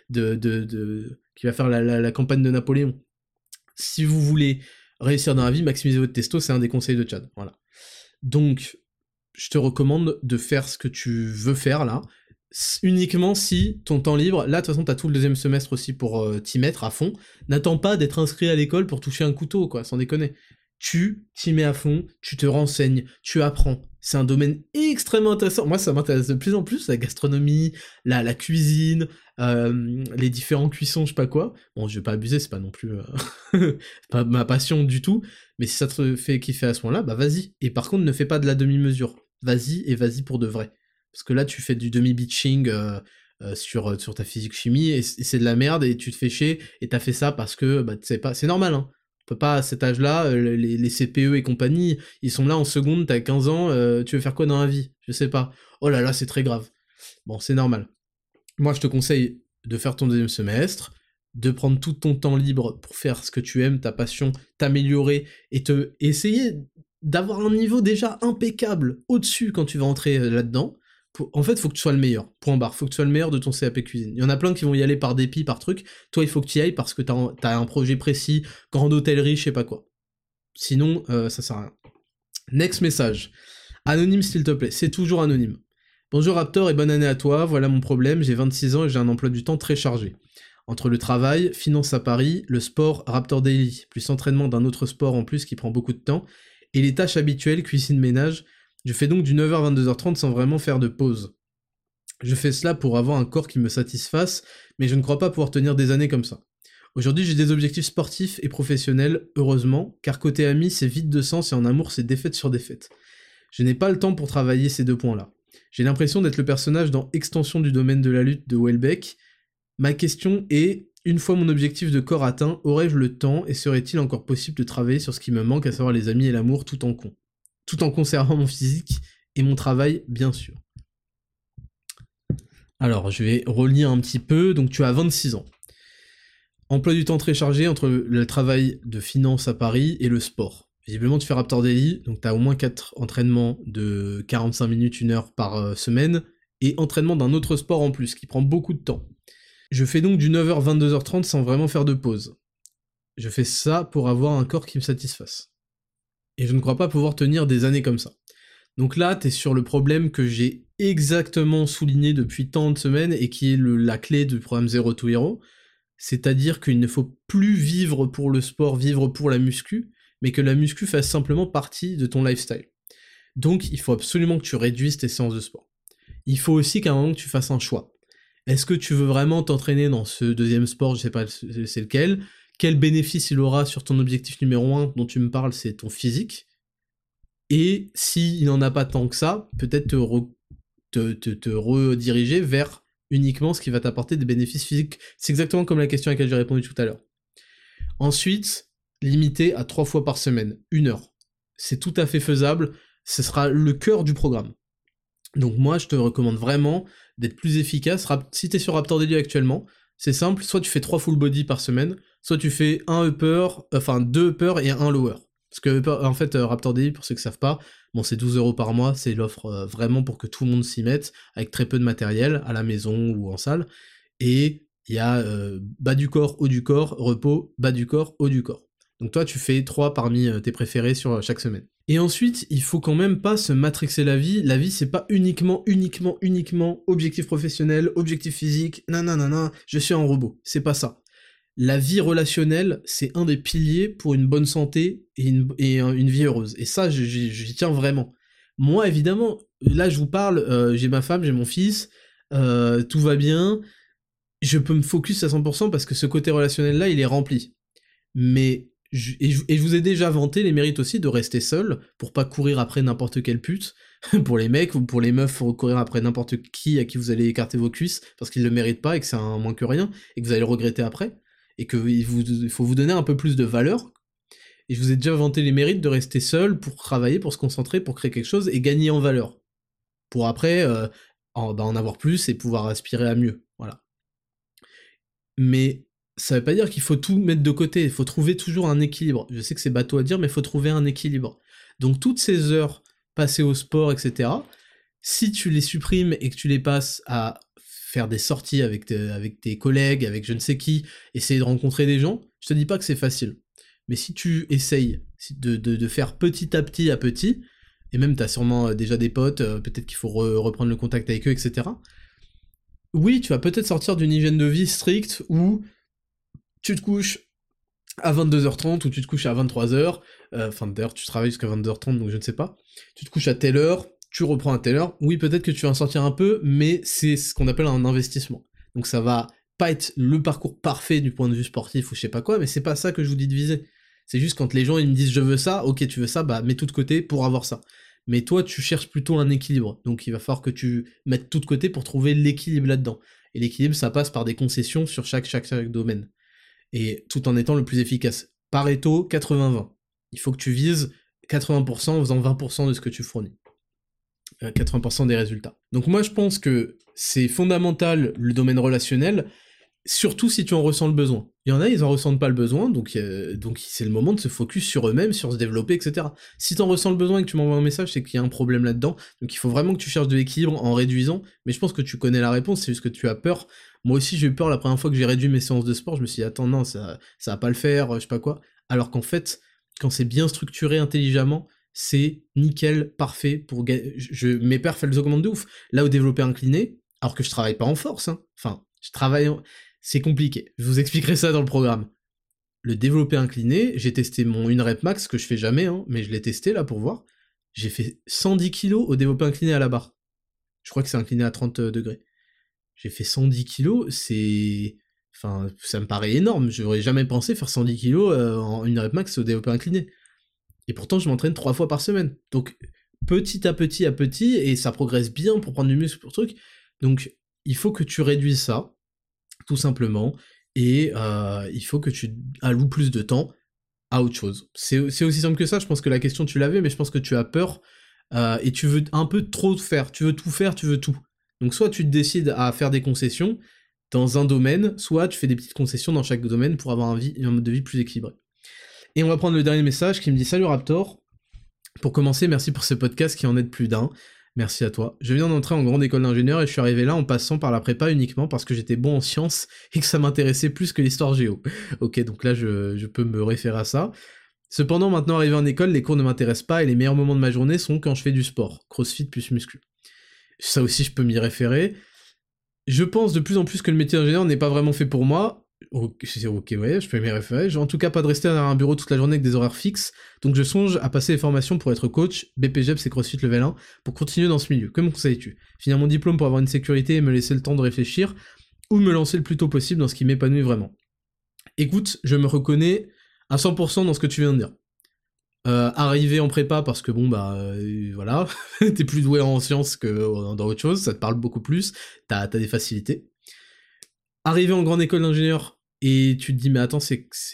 qui va faire la campagne de Napoléon. Si vous voulez réussir dans la vie, maximiser votre testo, c'est un des conseils de Chad. Voilà. Donc, je te recommande de faire ce que tu veux faire là. uniquement si ton temps libre, là de toute façon t'as tout le deuxième semestre aussi pour t'y mettre à fond, n'attends pas d'être inscrit à l'école pour toucher un couteau, quoi, sans déconner. Tu t'y mets à fond, tu te renseignes, tu apprends. C'est un domaine extrêmement intéressant. Moi, ça m'intéresse de plus en plus, la gastronomie, la cuisine, les différents cuissons, je sais pas quoi. Bon, je vais pas abuser, c'est pas non plus pas ma passion du tout, mais si ça te fait kiffer à ce moment-là, bah vas-y. Et par contre, ne fais pas de la demi-mesure. Vas-y, et vas-y pour de vrai. Parce que là, tu fais du demi-bitching sur ta physique-chimie, et c'est de la merde, et tu te fais chier, et t'as fait ça parce que, bah, c'est normal, hein. On peut pas, à cet âge-là, les CPE et compagnie, ils sont là en seconde, t'as 15 ans, tu veux faire quoi dans la vie? Je sais pas. Oh là là, c'est très grave. Bon, c'est normal. Moi, je te conseille de faire ton deuxième semestre, de prendre tout ton temps libre pour faire ce que tu aimes, ta passion, t'améliorer, et essayer d'avoir un niveau déjà impeccable au-dessus quand tu vas entrer là-dedans. En fait, faut que tu sois le meilleur. Point barre. Faut que tu sois le meilleur de ton CAP cuisine. Il y en a plein qui vont y aller par dépit, par truc. Toi, il faut que tu y ailles parce que t'as un projet précis, grande hôtellerie, je sais pas quoi. Sinon, ça sert à rien. Next message. Anonyme, s'il te plaît. C'est toujours anonyme. Bonjour Raptor et bonne année à toi. Voilà mon problème. J'ai 26 ans et j'ai un emploi du temps très chargé. Entre le travail, finance à Paris, le sport Raptor Daily, plus entraînement d'un autre sport en plus qui prend beaucoup de temps, et les tâches habituelles, cuisine, ménage, je fais donc du 9h à 22h30 sans vraiment faire de pause. Je fais cela pour avoir un corps qui me satisfasse, mais je ne crois pas pouvoir tenir des années comme ça. Aujourd'hui, j'ai des objectifs sportifs et professionnels, heureusement, car côté ami, c'est vide de sens et en amour, c'est défaite sur défaite. Je n'ai pas le temps pour travailler ces deux points-là. J'ai l'impression d'être le personnage dans Extension du domaine de la lutte de Houellebecq. Ma question est, une fois mon objectif de corps atteint, aurais-je le temps et serait-il encore possible de travailler sur ce qui me manque, à savoir les amis et l'amour, tout en conservant mon physique et mon travail, bien sûr. Alors, je vais relire un petit peu. Donc, tu as 26 ans. Emploi du temps très chargé entre le travail de finance à Paris et le sport. Visiblement, tu fais Raptor Daily, donc tu as au moins 4 entraînements de 45 minutes, 1 heure par semaine, et entraînement d'un autre sport en plus, qui prend beaucoup de temps. Je fais donc du 9h 22h30 sans vraiment faire de pause. Je fais ça pour avoir un corps qui me satisfasse. Et je ne crois pas pouvoir tenir des années comme ça. Donc là, t'es sur le problème que j'ai exactement souligné depuis tant de semaines et qui est la clé du programme Zero to Hero, c'est-à-dire qu'il ne faut plus vivre pour le sport, vivre pour la muscu, mais que la muscu fasse simplement partie de ton lifestyle. Donc il faut absolument que tu réduises tes séances de sport. Il faut aussi qu'à un moment tu fasses un choix. Est-ce que tu veux vraiment t'entraîner dans ce deuxième sport, je sais pas c'est lequel, quel bénéfice il aura sur ton objectif numéro 1 dont tu me parles, c'est ton physique, et s'il n'en a pas tant que ça, peut-être te rediriger vers uniquement ce qui va t'apporter des bénéfices physiques. C'est exactement comme la question à laquelle j'ai répondu tout à l'heure. Ensuite, limiter à 3 fois par semaine, 1 heure. C'est tout à fait faisable, ce sera le cœur du programme. Donc moi, je te recommande vraiment d'être plus efficace. Si t'es sur Raptor Daily actuellement, c'est simple, soit tu fais 3 full body par semaine, soit tu fais 2 upper et 1 lower. Parce que, en fait, Raptor Daily, pour ceux qui savent pas, bon, c'est 12€ par mois, c'est l'offre vraiment pour que tout le monde s'y mette, avec très peu de matériel, à la maison ou en salle, et il y a bas du corps, haut du corps, repos, bas du corps, haut du corps. Donc toi, tu fais 3 parmi tes préférés sur chaque semaine. Et ensuite, il faut quand même pas se matrixer la vie. La vie, c'est pas uniquement objectif professionnel, objectif physique, nanana, je suis un robot. C'est pas ça. La vie relationnelle, c'est un des piliers pour une bonne santé et une vie heureuse. Et ça, j'y tiens vraiment. Moi, évidemment, là, je vous parle, j'ai ma femme, j'ai mon fils, tout va bien, je peux me focus à 100% parce que ce côté relationnel-là, il est rempli. Mais, je vous ai déjà vanté les mérites aussi de rester seul, pour pas courir après n'importe quelle pute, pour les mecs ou pour les meufs, faut courir après n'importe qui à qui vous allez écarter vos cuisses, parce qu'ils le méritent pas et que c'est un moins que rien, et que vous allez le regretter après. Et qu'il faut vous donner un peu plus de valeur. Et je vous ai déjà vanté les mérites de rester seul pour travailler, pour se concentrer, pour créer quelque chose et gagner en valeur. Pour après en avoir plus et pouvoir aspirer à mieux. Voilà. Mais ça veut pas dire qu'il faut tout mettre de côté, il faut trouver toujours un équilibre. Je sais que c'est bateau à dire, mais il faut trouver un équilibre. Donc toutes ces heures passées au sport, etc., si tu les supprimes et que tu les passes à faire des sorties avec tes collègues, avec je ne sais qui, essayer de rencontrer des gens, je te dis pas que c'est facile. Mais si tu essayes de faire petit à petit, et même t'as sûrement déjà des potes, peut-être qu'il faut reprendre le contact avec eux, etc., oui, tu vas peut-être sortir d'une hygiène de vie stricte où tu te couches à 22h30 ou tu te couches à 23h, enfin d'ailleurs tu travailles jusqu'à 22h30 donc je ne sais pas, tu te couches à telle heure, tu reprends à telle heure, oui peut-être que tu vas en sortir un peu, mais c'est ce qu'on appelle un investissement. Donc ça va pas être le parcours parfait du point de vue sportif ou je sais pas quoi, mais c'est pas ça que je vous dis de viser. C'est juste quand les gens ils me disent je veux ça, ok tu veux ça, bah mets tout de côté pour avoir ça. Mais toi tu cherches plutôt un équilibre, donc il va falloir que tu mettes tout de côté pour trouver l'équilibre là-dedans. Et l'équilibre ça passe par des concessions sur chaque domaine et tout en étant le plus efficace. Pareto, 80-20. Il faut que tu vises 80% en faisant 20% de ce que tu fournis. 80% des résultats. Donc moi je pense que c'est fondamental le domaine relationnel, surtout si tu en ressens le besoin. Il y en a, ils en ressentent pas le besoin, donc c'est le moment de se focus sur eux-mêmes, sur se développer, etc. Si t'en ressens le besoin et que tu m'envoies un message, c'est qu'il y a un problème là-dedans, donc il faut vraiment que tu cherches de l'équilibre en réduisant, mais je pense que tu connais la réponse, c'est juste que tu as peur. Moi aussi j'ai eu peur la première fois que j'ai réduit mes séances de sport, je me suis dit attends non, ça va pas le faire, je sais pas quoi, alors qu'en fait, quand c'est bien structuré intelligemment, c'est nickel, parfait pour mes perfs elles augmentent de ouf. Là au développé incliné, alors que je travaille pas en force, hein. Enfin, je travaille c'est compliqué. Je vous expliquerai ça dans le programme. Le développé incliné, j'ai testé mon 1 rep max, que je fais jamais, hein, mais je l'ai testé là pour voir. J'ai fait 110 kilos au développé incliné à la barre. Je crois que c'est incliné à 30 degrés. J'ai fait 110 kilos, c'est... Enfin, ça me paraît énorme. J'aurais jamais pensé faire 110 kilos en 1 rep max au développé incliné. Et pourtant, je m'entraîne 3 fois par semaine. Donc, petit à petit, et ça progresse bien pour prendre du muscle pour truc. Donc, il faut que tu réduises ça, tout simplement, et il faut que tu alloues plus de temps à autre chose. C'est aussi simple que ça, je pense que la question tu l'avais, mais je pense que tu as peur, et tu veux un peu trop faire, tu veux tout faire, tu veux tout. Donc soit tu te décides à faire des concessions dans un domaine, soit tu fais des petites concessions dans chaque domaine pour avoir un mode de vie plus équilibré. Et on va prendre le dernier message qui me dit « Salut Raptor, pour commencer, merci pour ce podcast qui en aide plus d'un. Merci à toi. Je viens d'entrer en grande école d'ingénieur et je suis arrivé là en passant par la prépa uniquement parce que j'étais bon en sciences et que ça m'intéressait plus que l'histoire géo. Ok, donc là je peux me référer à ça. Cependant, maintenant arrivé en école, les cours ne m'intéressent pas et les meilleurs moments de ma journée sont quand je fais du sport, crossfit plus muscu. Ça aussi je peux m'y référer. Je pense de plus en plus que le métier d'ingénieur n'est pas vraiment fait pour moi. Ok, ouais, je peux m'y référer. J'ai en tout cas pas de rester derrière un bureau toute la journée avec des horaires fixes, donc je songe à passer les formations pour être coach, BPGEPS et CrossFit Level 1, pour continuer dans ce milieu. Que me conseilles-tu? Finir mon diplôme pour avoir une sécurité et me laisser le temps de réfléchir, ou me lancer le plus tôt possible dans ce qui m'épanouit vraiment? Écoute, je me reconnais à 100% dans ce que tu viens de dire. Arriver en prépa parce que bon bah voilà, t'es plus doué en sciences que dans autre chose, ça te parle beaucoup plus, t'as des facilités. Arriver en grande école d'ingénieur et tu te dis mais attends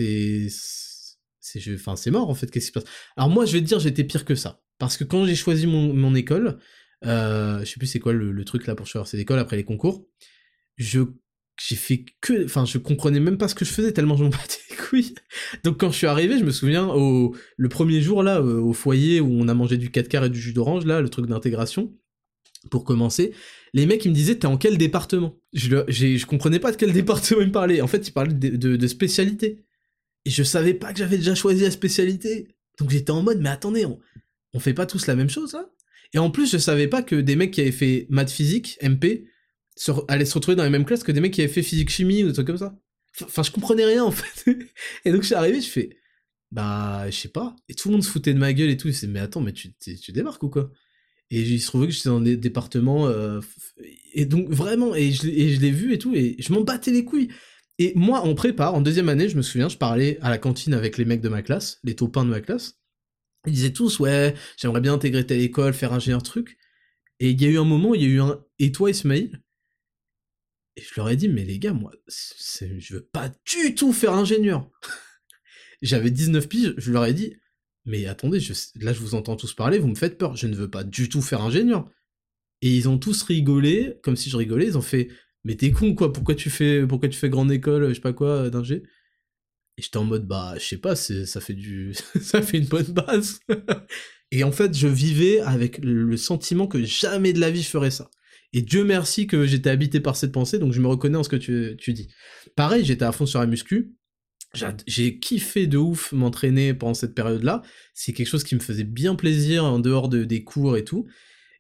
c'est mort en fait, qu'est-ce qui se passe? Alors moi je vais te dire j'étais pire que ça, parce que quand j'ai choisi mon école, je sais plus c'est quoi le truc là pour choisir cette école après les concours, je j'ai fait que, enfin je comprenais même pas ce que je faisais tellement je m'en battais les couilles. Donc quand je suis arrivé, je me souviens le premier jour là au foyer où on a mangé du 4 quarts et du jus d'orange là, le truc d'intégration. Pour commencer, les mecs ils me disaient t'es en quel département? Je comprenais pas de quel département ils me parlaient. En fait ils parlaient de spécialité. Et je savais pas que j'avais déjà choisi la spécialité. Donc j'étais en mode mais attendez, on fait pas tous la même chose là? Et en plus je savais pas que des mecs qui avaient fait maths physique, MP, allaient se retrouver dans les mêmes classes que des mecs qui avaient fait physique chimie ou des trucs comme ça. Enfin je comprenais rien en fait. Et donc je suis arrivé, je fais bah je sais pas. Et tout le monde se foutait de ma gueule et tout. Mais attends mais tu débarques ou quoi? Et il se trouvait que j'étais dans des départements, et donc vraiment, et je l'ai vu et tout, et je m'en battais les couilles. Et moi, en prépa, en deuxième année, je me souviens, je parlais à la cantine avec les mecs de ma classe, les taupins de ma classe. Ils disaient tous, ouais, j'aimerais bien intégrer telle école, faire ingénieur truc. Et il y a eu un moment, il y a eu un, et toi Ismaïl? Et je leur ai dit, mais les gars, moi, je veux pas du tout faire ingénieur. J'avais 19 piges, je leur ai dit, mais attendez, là je vous entends tous parler, vous me faites peur, je ne veux pas du tout faire ingénieur. Et ils ont tous rigolé, comme si je rigolais, ils ont fait mais t'es con quoi, pourquoi tu fais grande école, je sais pas quoi, d'ingé? Et j'étais en mode bah je sais pas, ça fait ça fait une bonne base. Et en fait je vivais avec le sentiment que jamais de la vie je ferais ça. Et Dieu merci que j'étais habité par cette pensée, donc je me reconnais en ce que tu dis. Pareil, j'étais à fond sur la muscu, j'ai kiffé de ouf m'entraîner pendant cette période-là, c'est quelque chose qui me faisait bien plaisir en dehors des cours et tout.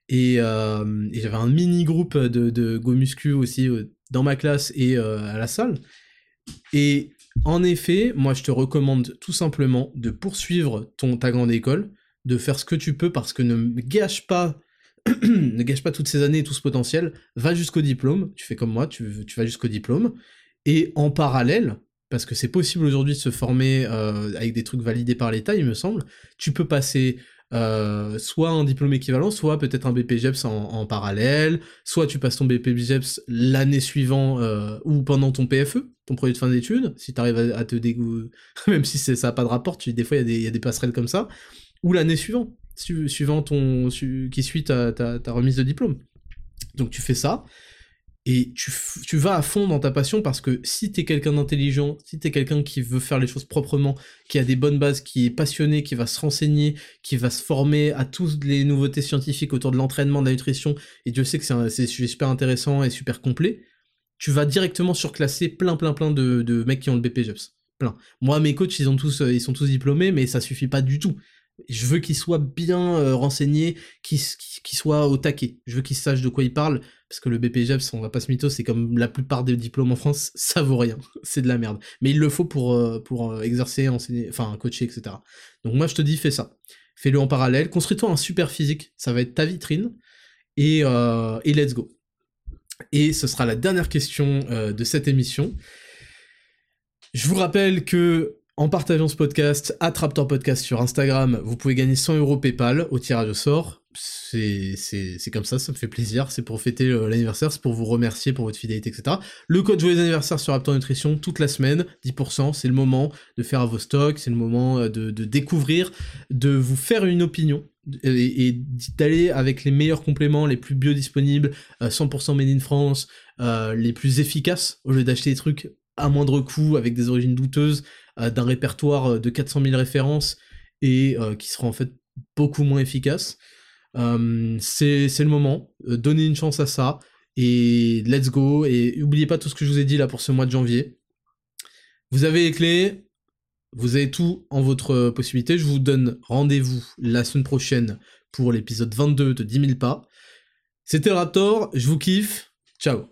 et j'avais un mini-groupe de Go Muscu aussi dans ma classe et à la salle. Et en effet, moi je te recommande tout simplement de poursuivre ta grande école, de faire ce que tu peux parce que ne gâche pas ne gâche pas toutes ces années et tout ce potentiel, va jusqu'au diplôme, tu fais comme moi, tu vas jusqu'au diplôme, et en parallèle, parce que c'est possible aujourd'hui de se former avec des trucs validés par l'État, il me semble, tu peux passer soit un diplôme équivalent, soit peut-être un BPGEPS en parallèle, soit tu passes ton BPGEPS l'année suivante ou pendant ton PFE, ton projet de fin d'études, si t'arrives à te dégoûter, même si ça n'a pas de rapport, des fois il y a des passerelles comme ça, ou l'année suivante, suivant qui suit ta remise de diplôme. Donc tu fais ça, et tu vas à fond dans ta passion parce que si t'es quelqu'un d'intelligent, si t'es quelqu'un qui veut faire les choses proprement, qui a des bonnes bases, qui est passionné, qui va se renseigner, qui va se former à toutes les nouveautés scientifiques autour de l'entraînement, de la nutrition, et Dieu sait que c'est des sujets super intéressants et super complets, tu vas directement surclasser plein de mecs qui ont le BPJEPS. Plein. Moi, mes coachs, ils sont tous diplômés, mais ça suffit pas du tout. Je veux qu'ils soient bien renseignés, qu'ils soient au taquet. Je veux qu'ils sachent de quoi ils parlent, parce que le BPJEPS, on va pas se mytho, c'est comme la plupart des diplômes en France, ça vaut rien. C'est de la merde. Mais il le faut pour exercer, enseigner, enfin coacher, etc. Donc moi, je te dis, fais ça. Fais-le en parallèle. Construis-toi un super physique. Ça va être ta vitrine. Et let's go. Et ce sera la dernière question de cette émission. Je vous rappelle que en partageant ce podcast, Attraptor Podcast sur Instagram, vous pouvez gagner 100 € PayPal au tirage au sort. C'est comme ça me fait plaisir, c'est pour fêter l'anniversaire, c'est pour vous remercier pour votre fidélité, etc. Le code Joyeux Anniversaire sur Raptor Nutrition toute la semaine, 10%, c'est le moment de faire à vos stocks, c'est le moment de découvrir, de vous faire une opinion, et d'aller avec les meilleurs compléments, les plus biodisponibles, 100% made in France, les plus efficaces, au lieu d'acheter des trucs à moindre coût, avec des origines douteuses, d'un répertoire de 400 000 références, et qui sera en fait beaucoup moins efficace. C'est le moment, donnez une chance à ça, et let's go, et n'oubliez pas tout ce que je vous ai dit là pour ce mois de janvier. Vous avez les clés, vous avez tout en votre possibilité, je vous donne rendez-vous la semaine prochaine pour l'épisode 22 de 10 000 pas. C'était Raptor, je vous kiffe, ciao.